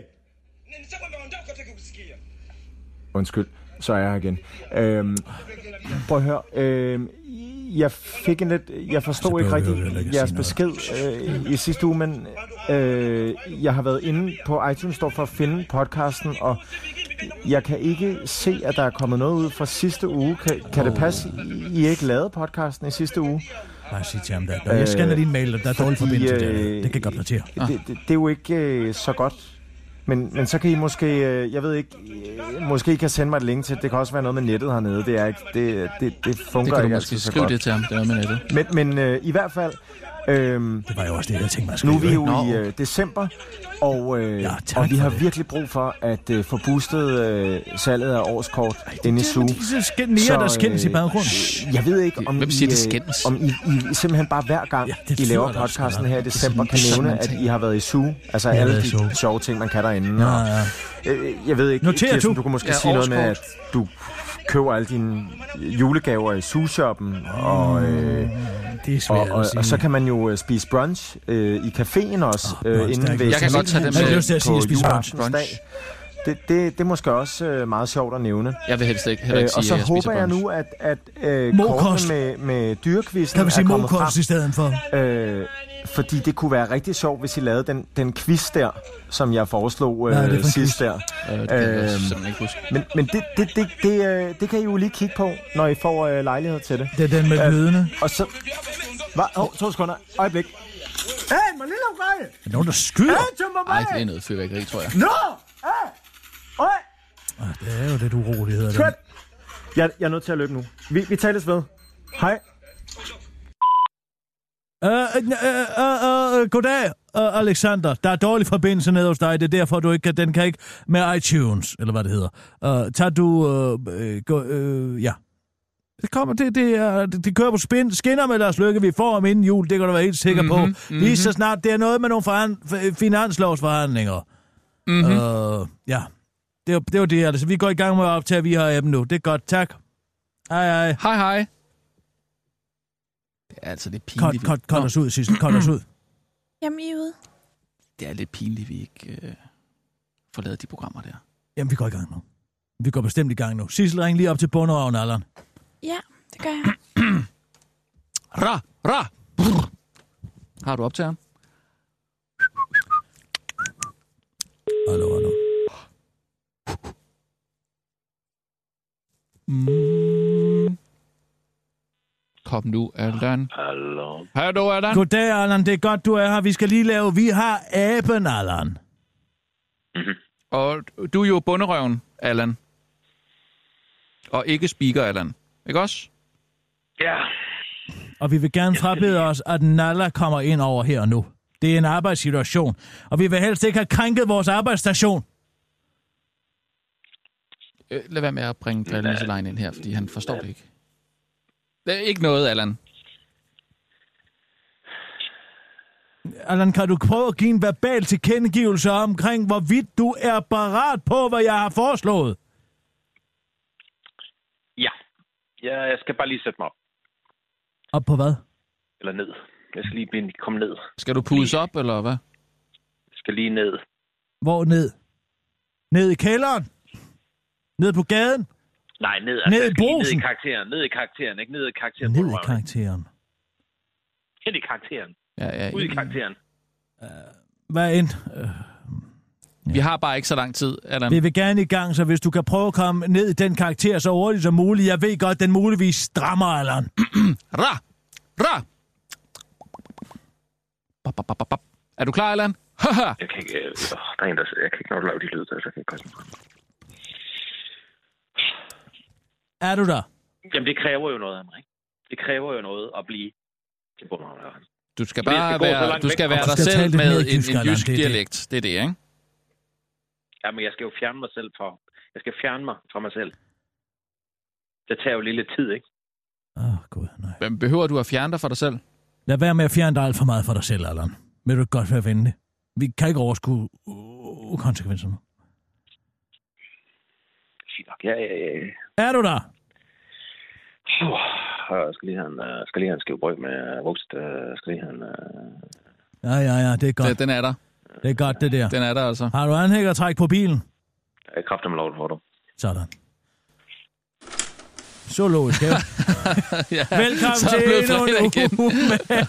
Undskyld, så er jeg her igen. Prøv at høre. Jeg fik en lidt... Jeg forstod ikke rigtig jeres besked i sidste uge, men jeg har været inde på iTunes Store for at finde podcasten, og jeg kan ikke se, at der er kommet noget ud fra sidste uge. Kan det passe, I ikke lavede podcasten i sidste uge? Bare sig til ham der. Jeg scanner din mail, der er dårlig forbindelse der. Det kan jeg godt notere. Det er jo ikke så godt. Men så kan I måske, jeg ved ikke, måske I kan sende mig et link til. Det kan også være noget med nettet hernede. Det er ikke, det fungerer ikke altid så godt. Skriv det til ham, det er med nettet. Men i hvert fald... det var jo også det, jeg tænkte mig at skrive. Nu er vi jo i december, og vi har virkelig brug for at få boostet salget af årskort inde i Zoo. Der skændes i baggrunden. Jeg ved ikke, om I simpelthen bare hver gang, I laver podcasten her i december, kan nævne, at I har været i Zoo. Altså alle de sjove ting, man kan derinde. Jeg ved ikke, Kirsten, du kan måske sige noget med, at du køber alle dine julegaver i Zoo-shoppen, og det er svært og så kan man jo spise brunch i caféen også, inden ved... Jeg kan godt tage dem med på juleaften. Det er måske også meget sjovt at nævne. Jeg vil helst ikke heller ikke sige, og så håber jeg nu, at kortene med dyrekvisten er kommet frem. I stedet for? Fordi det kunne være rigtig sjovt, hvis I lavede den quiz der, som jeg foreslog sidst der. Men det kan I jo lige kigge på, når I får lejlighed til det. Det er den med lydene. Og så... 2 sekunder. Øjeblik. Hey, man lille omgrej! Er nogen, der skyder? Nej, det er noget fyrværkeri, tror jeg. Nå! Det er jo lidt uroligheder. Jeg er nødt til at løbe nu. Vi tales ved. Hej. Goddag, Alexander. Der er dårlig forbindelse nede hos dig. Det er derfor, du ikke den kan ikke med iTunes, eller hvad det hedder. Tager du... ja. Det kommer, det kører på skinner med Lars Løkke. Vi får ham inden jul, det kan du være helt sikker på. Lige så snart, det er noget med nogle finanslovsforhandlinger. Ja. Det var det, altså. Vi går i gang med at optage, vi har appen nu. Det er godt, tak. Hej. Hej. Det er altså lidt pinligt. Cut os ud, Sissel. Cut os ud. Jamen, I er ude. Det er lidt pinligt, vi ikke får lavet de programmer der. Jamen, vi går i gang nu. Vi går bestemt i gang nu. Sissel, ring lige op til bunderøven, Allan. Ja, det gør jeg. Ra! Har du optageren? Hallo. Kom nu, Allan. Hallo, Allan. Goddag, Allan. Det er godt, du er her. Vi skal lige lave... Vi har aben, Allan. Og du er jo bunderøven, Allan. Og ikke speaker, Allan. Ikke også? Ja. Og vi vil gerne frabede os, at Nalla kommer ind over her og nu. Det er en arbejdssituation, og vi vil helst ikke have krænket vores arbejdsstation. Lad være med at bringe drillnisseline ind her, fordi han forstår det ikke. Det er ikke noget, Allan. Allan, kan du prøve at give en verbal tilkendegivelse omkring, hvorvidt du er parat på, hvad jeg har foreslået? Ja. Jeg skal bare lige sætte mig op. Op på hvad? Eller ned. Jeg skal lige komme ned. Skal du pudes op, eller hvad? Jeg skal lige ned. Hvor ned? Ned i kælderen? Ned på gaden? Nej, ned. Ned i brusen? Ned i karakteren. Ned i karakteren, ikke? Ned i karakteren. Ned i karakteren. Ned i karakteren. Ja. Ud i karakteren. Hvad end? Vi har bare ikke så lang tid, Allan. Vi vil gerne i gang, så hvis du kan prøve at komme ned i den karakter så hurtigt som muligt. Jeg ved godt, den muligvis strammer, Allan. Ra! Er du klar, Allan? Jeg kan ikke... der er en, jeg kan ikke nok lave de lyde, så jeg kan ikke koncentrere mig. Er du der? Jamen, det kræver jo noget af mig, ikke? Det kræver jo noget at blive til bunderøven. Du skal bare være dig selv med en jysk dialekt. Det er det, ikke? Jamen, jeg skal jo fjerne mig selv fra... Jeg skal fjerne mig fra mig selv. Det tager jo lige lidt tid, ikke? Gud, nej. Hvem behøver du at fjerne dig fra dig selv? Lad være med at fjerne dig alt for meget fra dig selv, Allan. Vil du godt være venlig? Vi kan ikke overskue konsekvenserne. Ja. Er du der? Jeg skal lige have en skive brød med vokst. Skal lige have en... Ja, det er godt. Den er der. Det er godt, det der. Den er der altså. Har du anhængertræk på bilen? Jeg kræfter med lov for dig. Sådan. Zoologisk have. Ja, velkommen til endnu en uge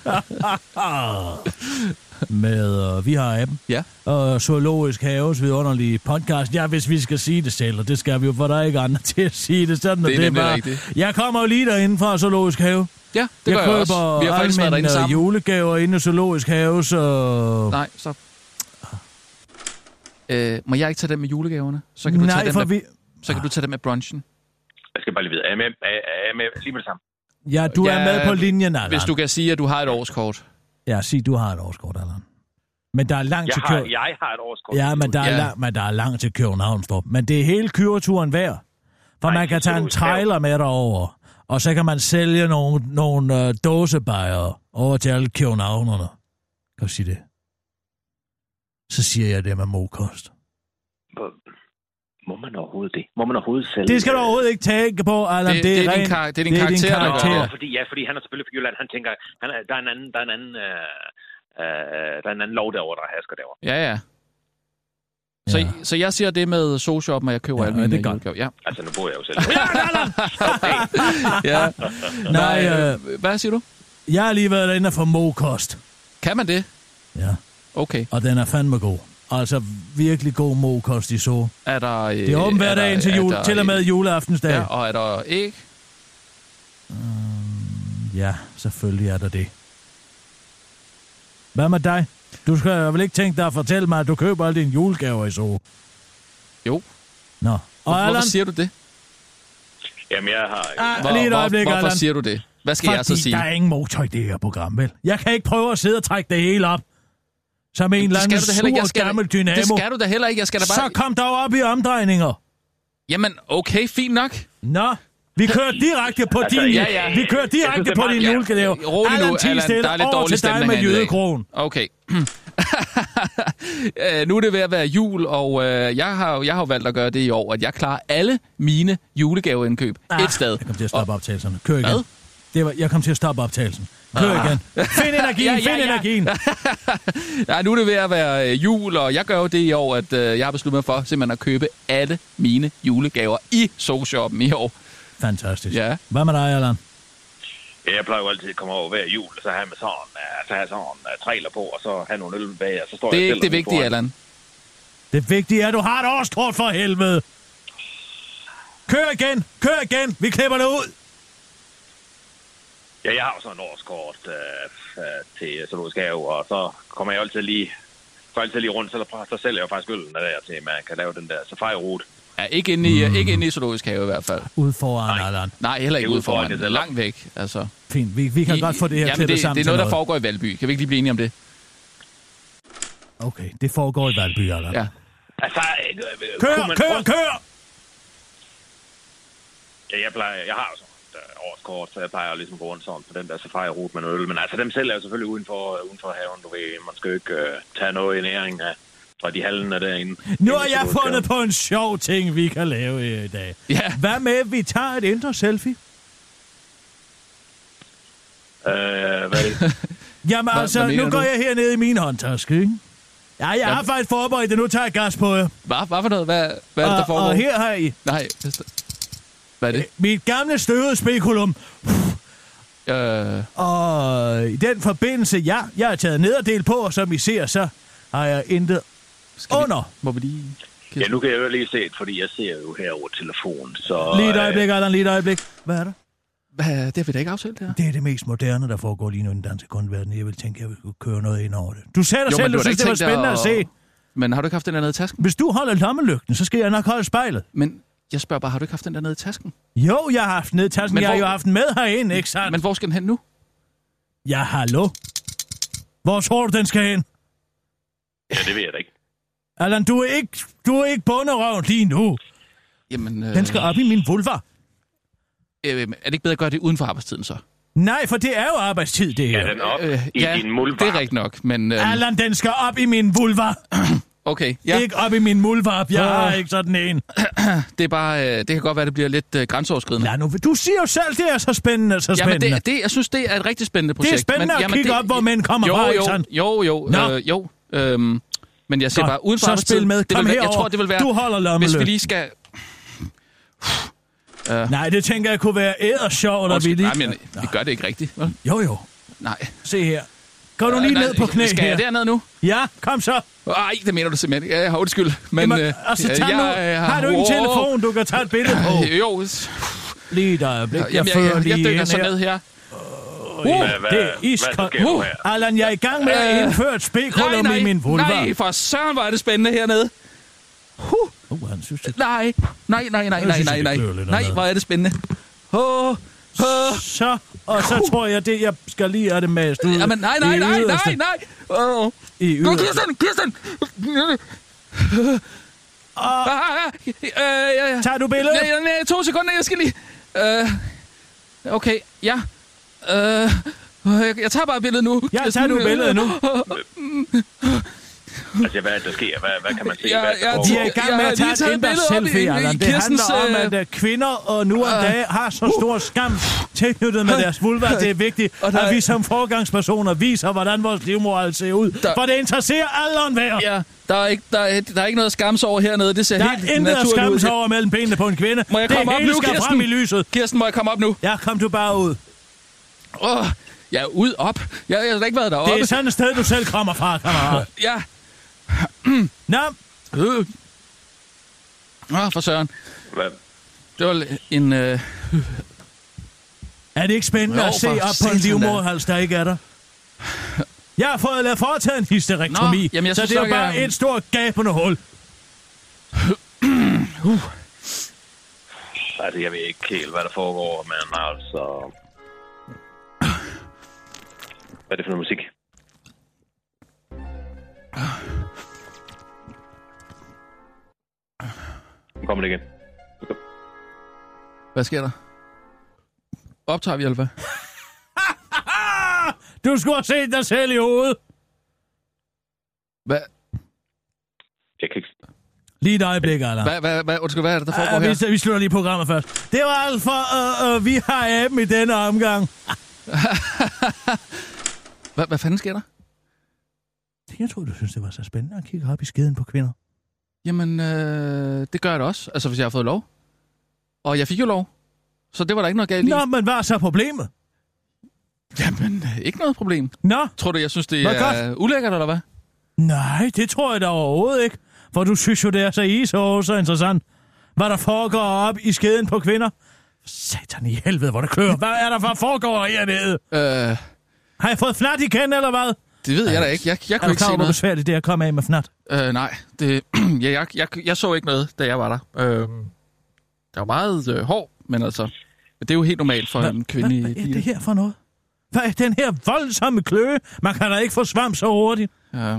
med vi har appen. Ja. Og Zoologisk Haves vidunderlige podcast. Ja, hvis vi skal sige det selv, og det skal vi jo, for der er ikke andre til at sige det. Sådan, det er bare rigtigt. Jeg kommer jo lige derinde fra Zoologisk Have. Ja, det gør jeg også. Vi har faktisk været derinde sammen. Julegaver inde i Zoologisk Have, så... Nej, så... må jeg ikke tage dem med julegaverne? Så kan du tage dem med... Så kan du tage dem med brunchen. Jeg skal bare lige vide. Er jeg med lige med det samme? Ja, du er med på linjen, Allan. Hvis du kan sige, at du har et årskort. Ja, sig, du har et årskort, Allan. Men der er langt til København. Jeg har et årskort. Ja, men der er langt til Københavnstrup. Men det er hele køreturen værd. For man kan tage en trailer med derover, og så kan man sælge nogle dåsebajer over til alle københavnerne. Kan du sige det? Så siger jeg det med mokost. Må man overhovedet det? Må man overhovedet sælge? Det skal du overhovedet ikke tænke på, Allan. Det er din karakter. Fordi han er selvfølgelig fra Jylland. Han tænker, der er en anden lov derovre, der hersker derovre. Ja. Så jeg siger det med Soshop, og jeg køber alle mine julegaver. Ja. Altså, nu bor jeg jo selv. Ja. Nej, hvad siger du? Jeg har lige været derinde for mokost. Kan man det? Ja. Okay. Og den er fandme god. Altså virkelig god mokost i så. Er der... Det er åben hver dag indtil jul, til og med juleaftensdag. Ja, og er der æg? Ja, selvfølgelig er der det. Hvad med dig? Du skal vel ikke tænke dig at fortælle mig, at du køber alle dine julegaver i så? Jo. Nå. Hvorfor siger du det? Jamen, jeg har... Hvorfor siger du det? Hvad skal jeg så sige? Der er ingen motor i det her program, vel? Jeg kan ikke prøve at sidde og trække det hele op. Som en eller anden sur gammel dynamo. Det skal du da heller ikke. Jeg skal da bare... Så kom dog op i omdrejninger. Jamen, okay, fint nok. Nå, vi kører direkte på din... Ja. Vi kører direkte på din julegave. Rolig nu, Allan. Der er lidt dårlig stemning med jødekrogen. Okay. Nu er det ved at være jul, og jeg har jo valgt at gøre det i år, at jeg klarer alle mine julegaveindkøb et sted. Jeg kom til at stoppe optagelserne. Kør igen. Jeg kom til at stoppe optagelsen. Kør igen. Find energien. Ja, nu er det ved at være jul, og jeg gør jo det i år, at jeg har besluttet mig for simpelthen at købe alle mine julegaver i Soulshoppen i år. Fantastisk. Ja. Hvad med dig, Allan? Jeg plejer jo altid at komme over hver jul, og så have med sådan trailer på, og så have nogle øl bag, og så står det er ikke det vigtige, Allan. Det vigtige er, at du har et årskort for helvede. Kør igen. Vi klipper det ud. Ja, jeg har jo sådan et årskort til Zoologisk Have, og så kommer jeg altid lige går altid lige rundt, så sælger jeg faktisk øllen der til, at man kan lave den der safari-rute. Ja, ikke inde i zoologisk have i hvert fald. Ude foran, Allan. Nej, heller ikke ude foran. Det er langt væk, altså. Fint, vi kan godt få det her til det sammen. Det er noget, der foregår i Valby. Kan vi ikke lige blive enige om det? Okay, det foregår i Valby, Allan. Ja. Altså, kør! Ja, jeg har jo sådan årskort, så jeg plejer ligesom at gå rundt sådan på den der safari-rute med noget øl. Men altså, dem selv er jo selvfølgelig uden for haven, du ved. Man skal jo ikke tage noget i næring fra de halvene derinde. Nu har jeg fundet på en sjov ting, vi kan lave i dag. Ja. Hvad med, at vi tager et indre selfie? Hvad er det? Jamen altså, nu går jeg hernede i min håndtaske, ikke? Ja, jeg har faktisk forberedt det. Nu tager jeg gas på jer. Hvad for noget? Hvad er det, der foregår? Og her har I... Nej, hvad er det? Mit gamle støvede spekulum. Og i den forbindelse, jeg har taget nederdel på, som I ser, så har jeg intet under. Må vi lige... Ja, nu kan jeg jo lige se, fordi jeg ser jo her over telefonen, så... Lige et øjeblik, Allan, lige et øjeblik. Hvad er der? Det har vi da ikke aftalt, det her. Det er det mest moderne, der foregår lige nu i den danske kunstverden. Jeg vil tænke, at jeg vil køre noget ind over det. Du sagde dig selv, du synes, det var spændende at se. Men har du ikke haft den der nede i tasken? Hvis du holder lommelygten, så skal jeg nok holde spejlet. Men jeg spørger bare, har du ikke haft den der nede i tasken? Jo, jeg har haft den nede i tasken. Men jeg har jo haft den med herinde, ikke sandt? Men hvor skal den hen nu? Ja, hallo? Hvor tror du, den skal hen? Ja, det ved jeg da ikke. Allan, du er ikke bunderøven lige nu. Jamen, den skal op i min vulva. Er det ikke bedre at gøre det uden for arbejdstiden, så? Nej, for det er jo arbejdstid, det her. Ja, den op i din mulva. Det er rigtigt nok, men... Allan, den skal op i min vulva. Okay, ja. Ikke op i min mulva. Jeg har ikke sådan en. Det er bare... det kan godt være, det bliver lidt grænseoverskridende. Ja, nu, du siger jo selv, det er så spændende, så spændende. Jamen, jeg synes, det er et rigtig spændende projekt. Det er spændende at kigge op, hvor mænd kommer fra, ikke sådan? Jo. Men jeg ser bare uden for arbejdstid. Så spil med. Kom herover. Jeg tror, det vil være... Du holder lommeløb. Hvis vi lige skal... Nej, det tænker jeg kunne være ædersjovt, når vi lige... Nej, men vi gør det ikke rigtigt. Vel? Jo. Nej. Se her. Gå du lige ned på knæ her. Skal jeg derned nu? Ja, kom så. Nej, det mener du simpelthen. Jeg har undskyld. Men altså, har du ikke en telefon, du kan tage et billede på? Jo. Lige der. Jeg dykker så ned her. Det er iskoldt. Allan, jeg er i gang med at indføre et spekulum i min vulva. Nej, for søren, hvor er det spændende hernede. Han synes det. Nej, hvor er det spændende. Så tror jeg, det jeg skal lige have det mast ud. Jamen, nej. Gå, Kirsten! Tager du billedet? Nej, 2 sekunder, jeg skal lige... Okay, ja. Jeg tager bare billedet nu. Ja, tager du billedet nu? Altså, hvad der sker? Hvad kan man se? De er i gang med at tage et indre selfie, Allan. Det handler om, at kvinder og nu om dagen har så stor skam tilknyttet med deres vulva. Det er vigtigt, at vi som forgangspersoner viser, hvordan vores livmoral ser ud. For det interesserer alle og enhver. Ja, der er ikke noget skams over hernede. Det ser helt naturligt ud. Der er intet skams over mellem benene på en kvinde. Må jeg komme op nu, Kirsten? Frem i lyset. Kirsten, må jeg komme op nu? Ja, kom du bare ud. Ja, ud op. Jeg har ikke været deroppe. Det er sådan et sted, du selv kommer fra, kammerat. Ja. Nå. For søren. Hvad? Det var en... Er det ikke spændende at se op på en livmoderhals, der ikke er der? Jeg har fået lavet foretaget en hysterektomi, så det er jo bare et stort gabende hul. Altså, jeg ved ikke helt, hvad der foregår, men altså... Hvad er det for noget musik? Nu kommer det igen. Hvad sker der? Optager vi, eller hvad? Du skulle have set dig selv i hovedet. Hvad? Jeg kan ikke... Lige et øjeblik, Allan. Undskyld, hvad er det, der foregår her? Vi slutter lige programmet først. Det var alt for, vi har aben i denne omgang. Hvad fanden sker der? Jeg tror, du synes, det var så spændende at kigge op i skeden på kvinder. Jamen, det gør jeg da også. Altså, hvis jeg har fået lov. Og jeg fik jo lov. Så det var der ikke noget galt i. Nå, men hvad er så problemet? Jamen, ikke noget problem. Nå. Tror du, jeg synes, det er ulækkert, eller hvad? Nej, det tror jeg da overhovedet ikke. For du synes jo, det er så interessant. Hvad der foregår op i skeden på kvinder. Satan i helvede, hvor det kører. Hvad er der for foregår hernede? Har jeg fået flat igen, eller hvad? Det ved jeg da ikke. Jeg kunne ikke se noget. Er du klar over, hvor besværligt det er at komme af med fnat? Nej, jeg så ikke noget, da jeg var der. Der var meget hård, men altså... Det er jo helt normalt for en kvinde i... Hvad er det her for noget? Hvad er den her voldsomme kløe? Man kan da ikke få svamp så hurtigt.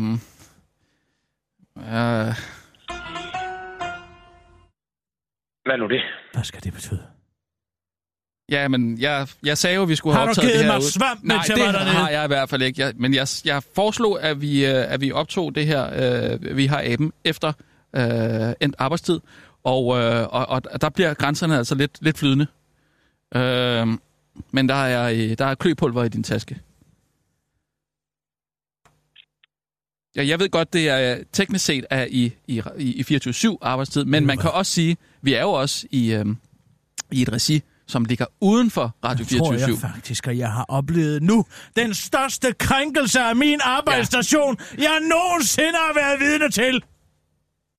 Hvad nu det? Hvad skal det betyde? Ja, men jeg sagde jo, at vi skulle have optaget det her. Har du givet mig svamp, mens jeg var dernede? Nej, det har jeg i hvert fald ikke. Men jeg foreslog, at vi optog det her, vi har aben efter endt arbejdstid. Og der bliver grænserne altså lidt flydende. Men der er kløpulver i din taske. Ja, jeg ved godt, det er teknisk set er i 24/7 arbejdstid, men man kan også sige, vi er jo også i et regi, som ligger uden for Radio 24/7. Tror jeg faktisk, at jeg har oplevet nu den største krænkelse af min arbejdsstation, jeg nogensinde har været vidne til.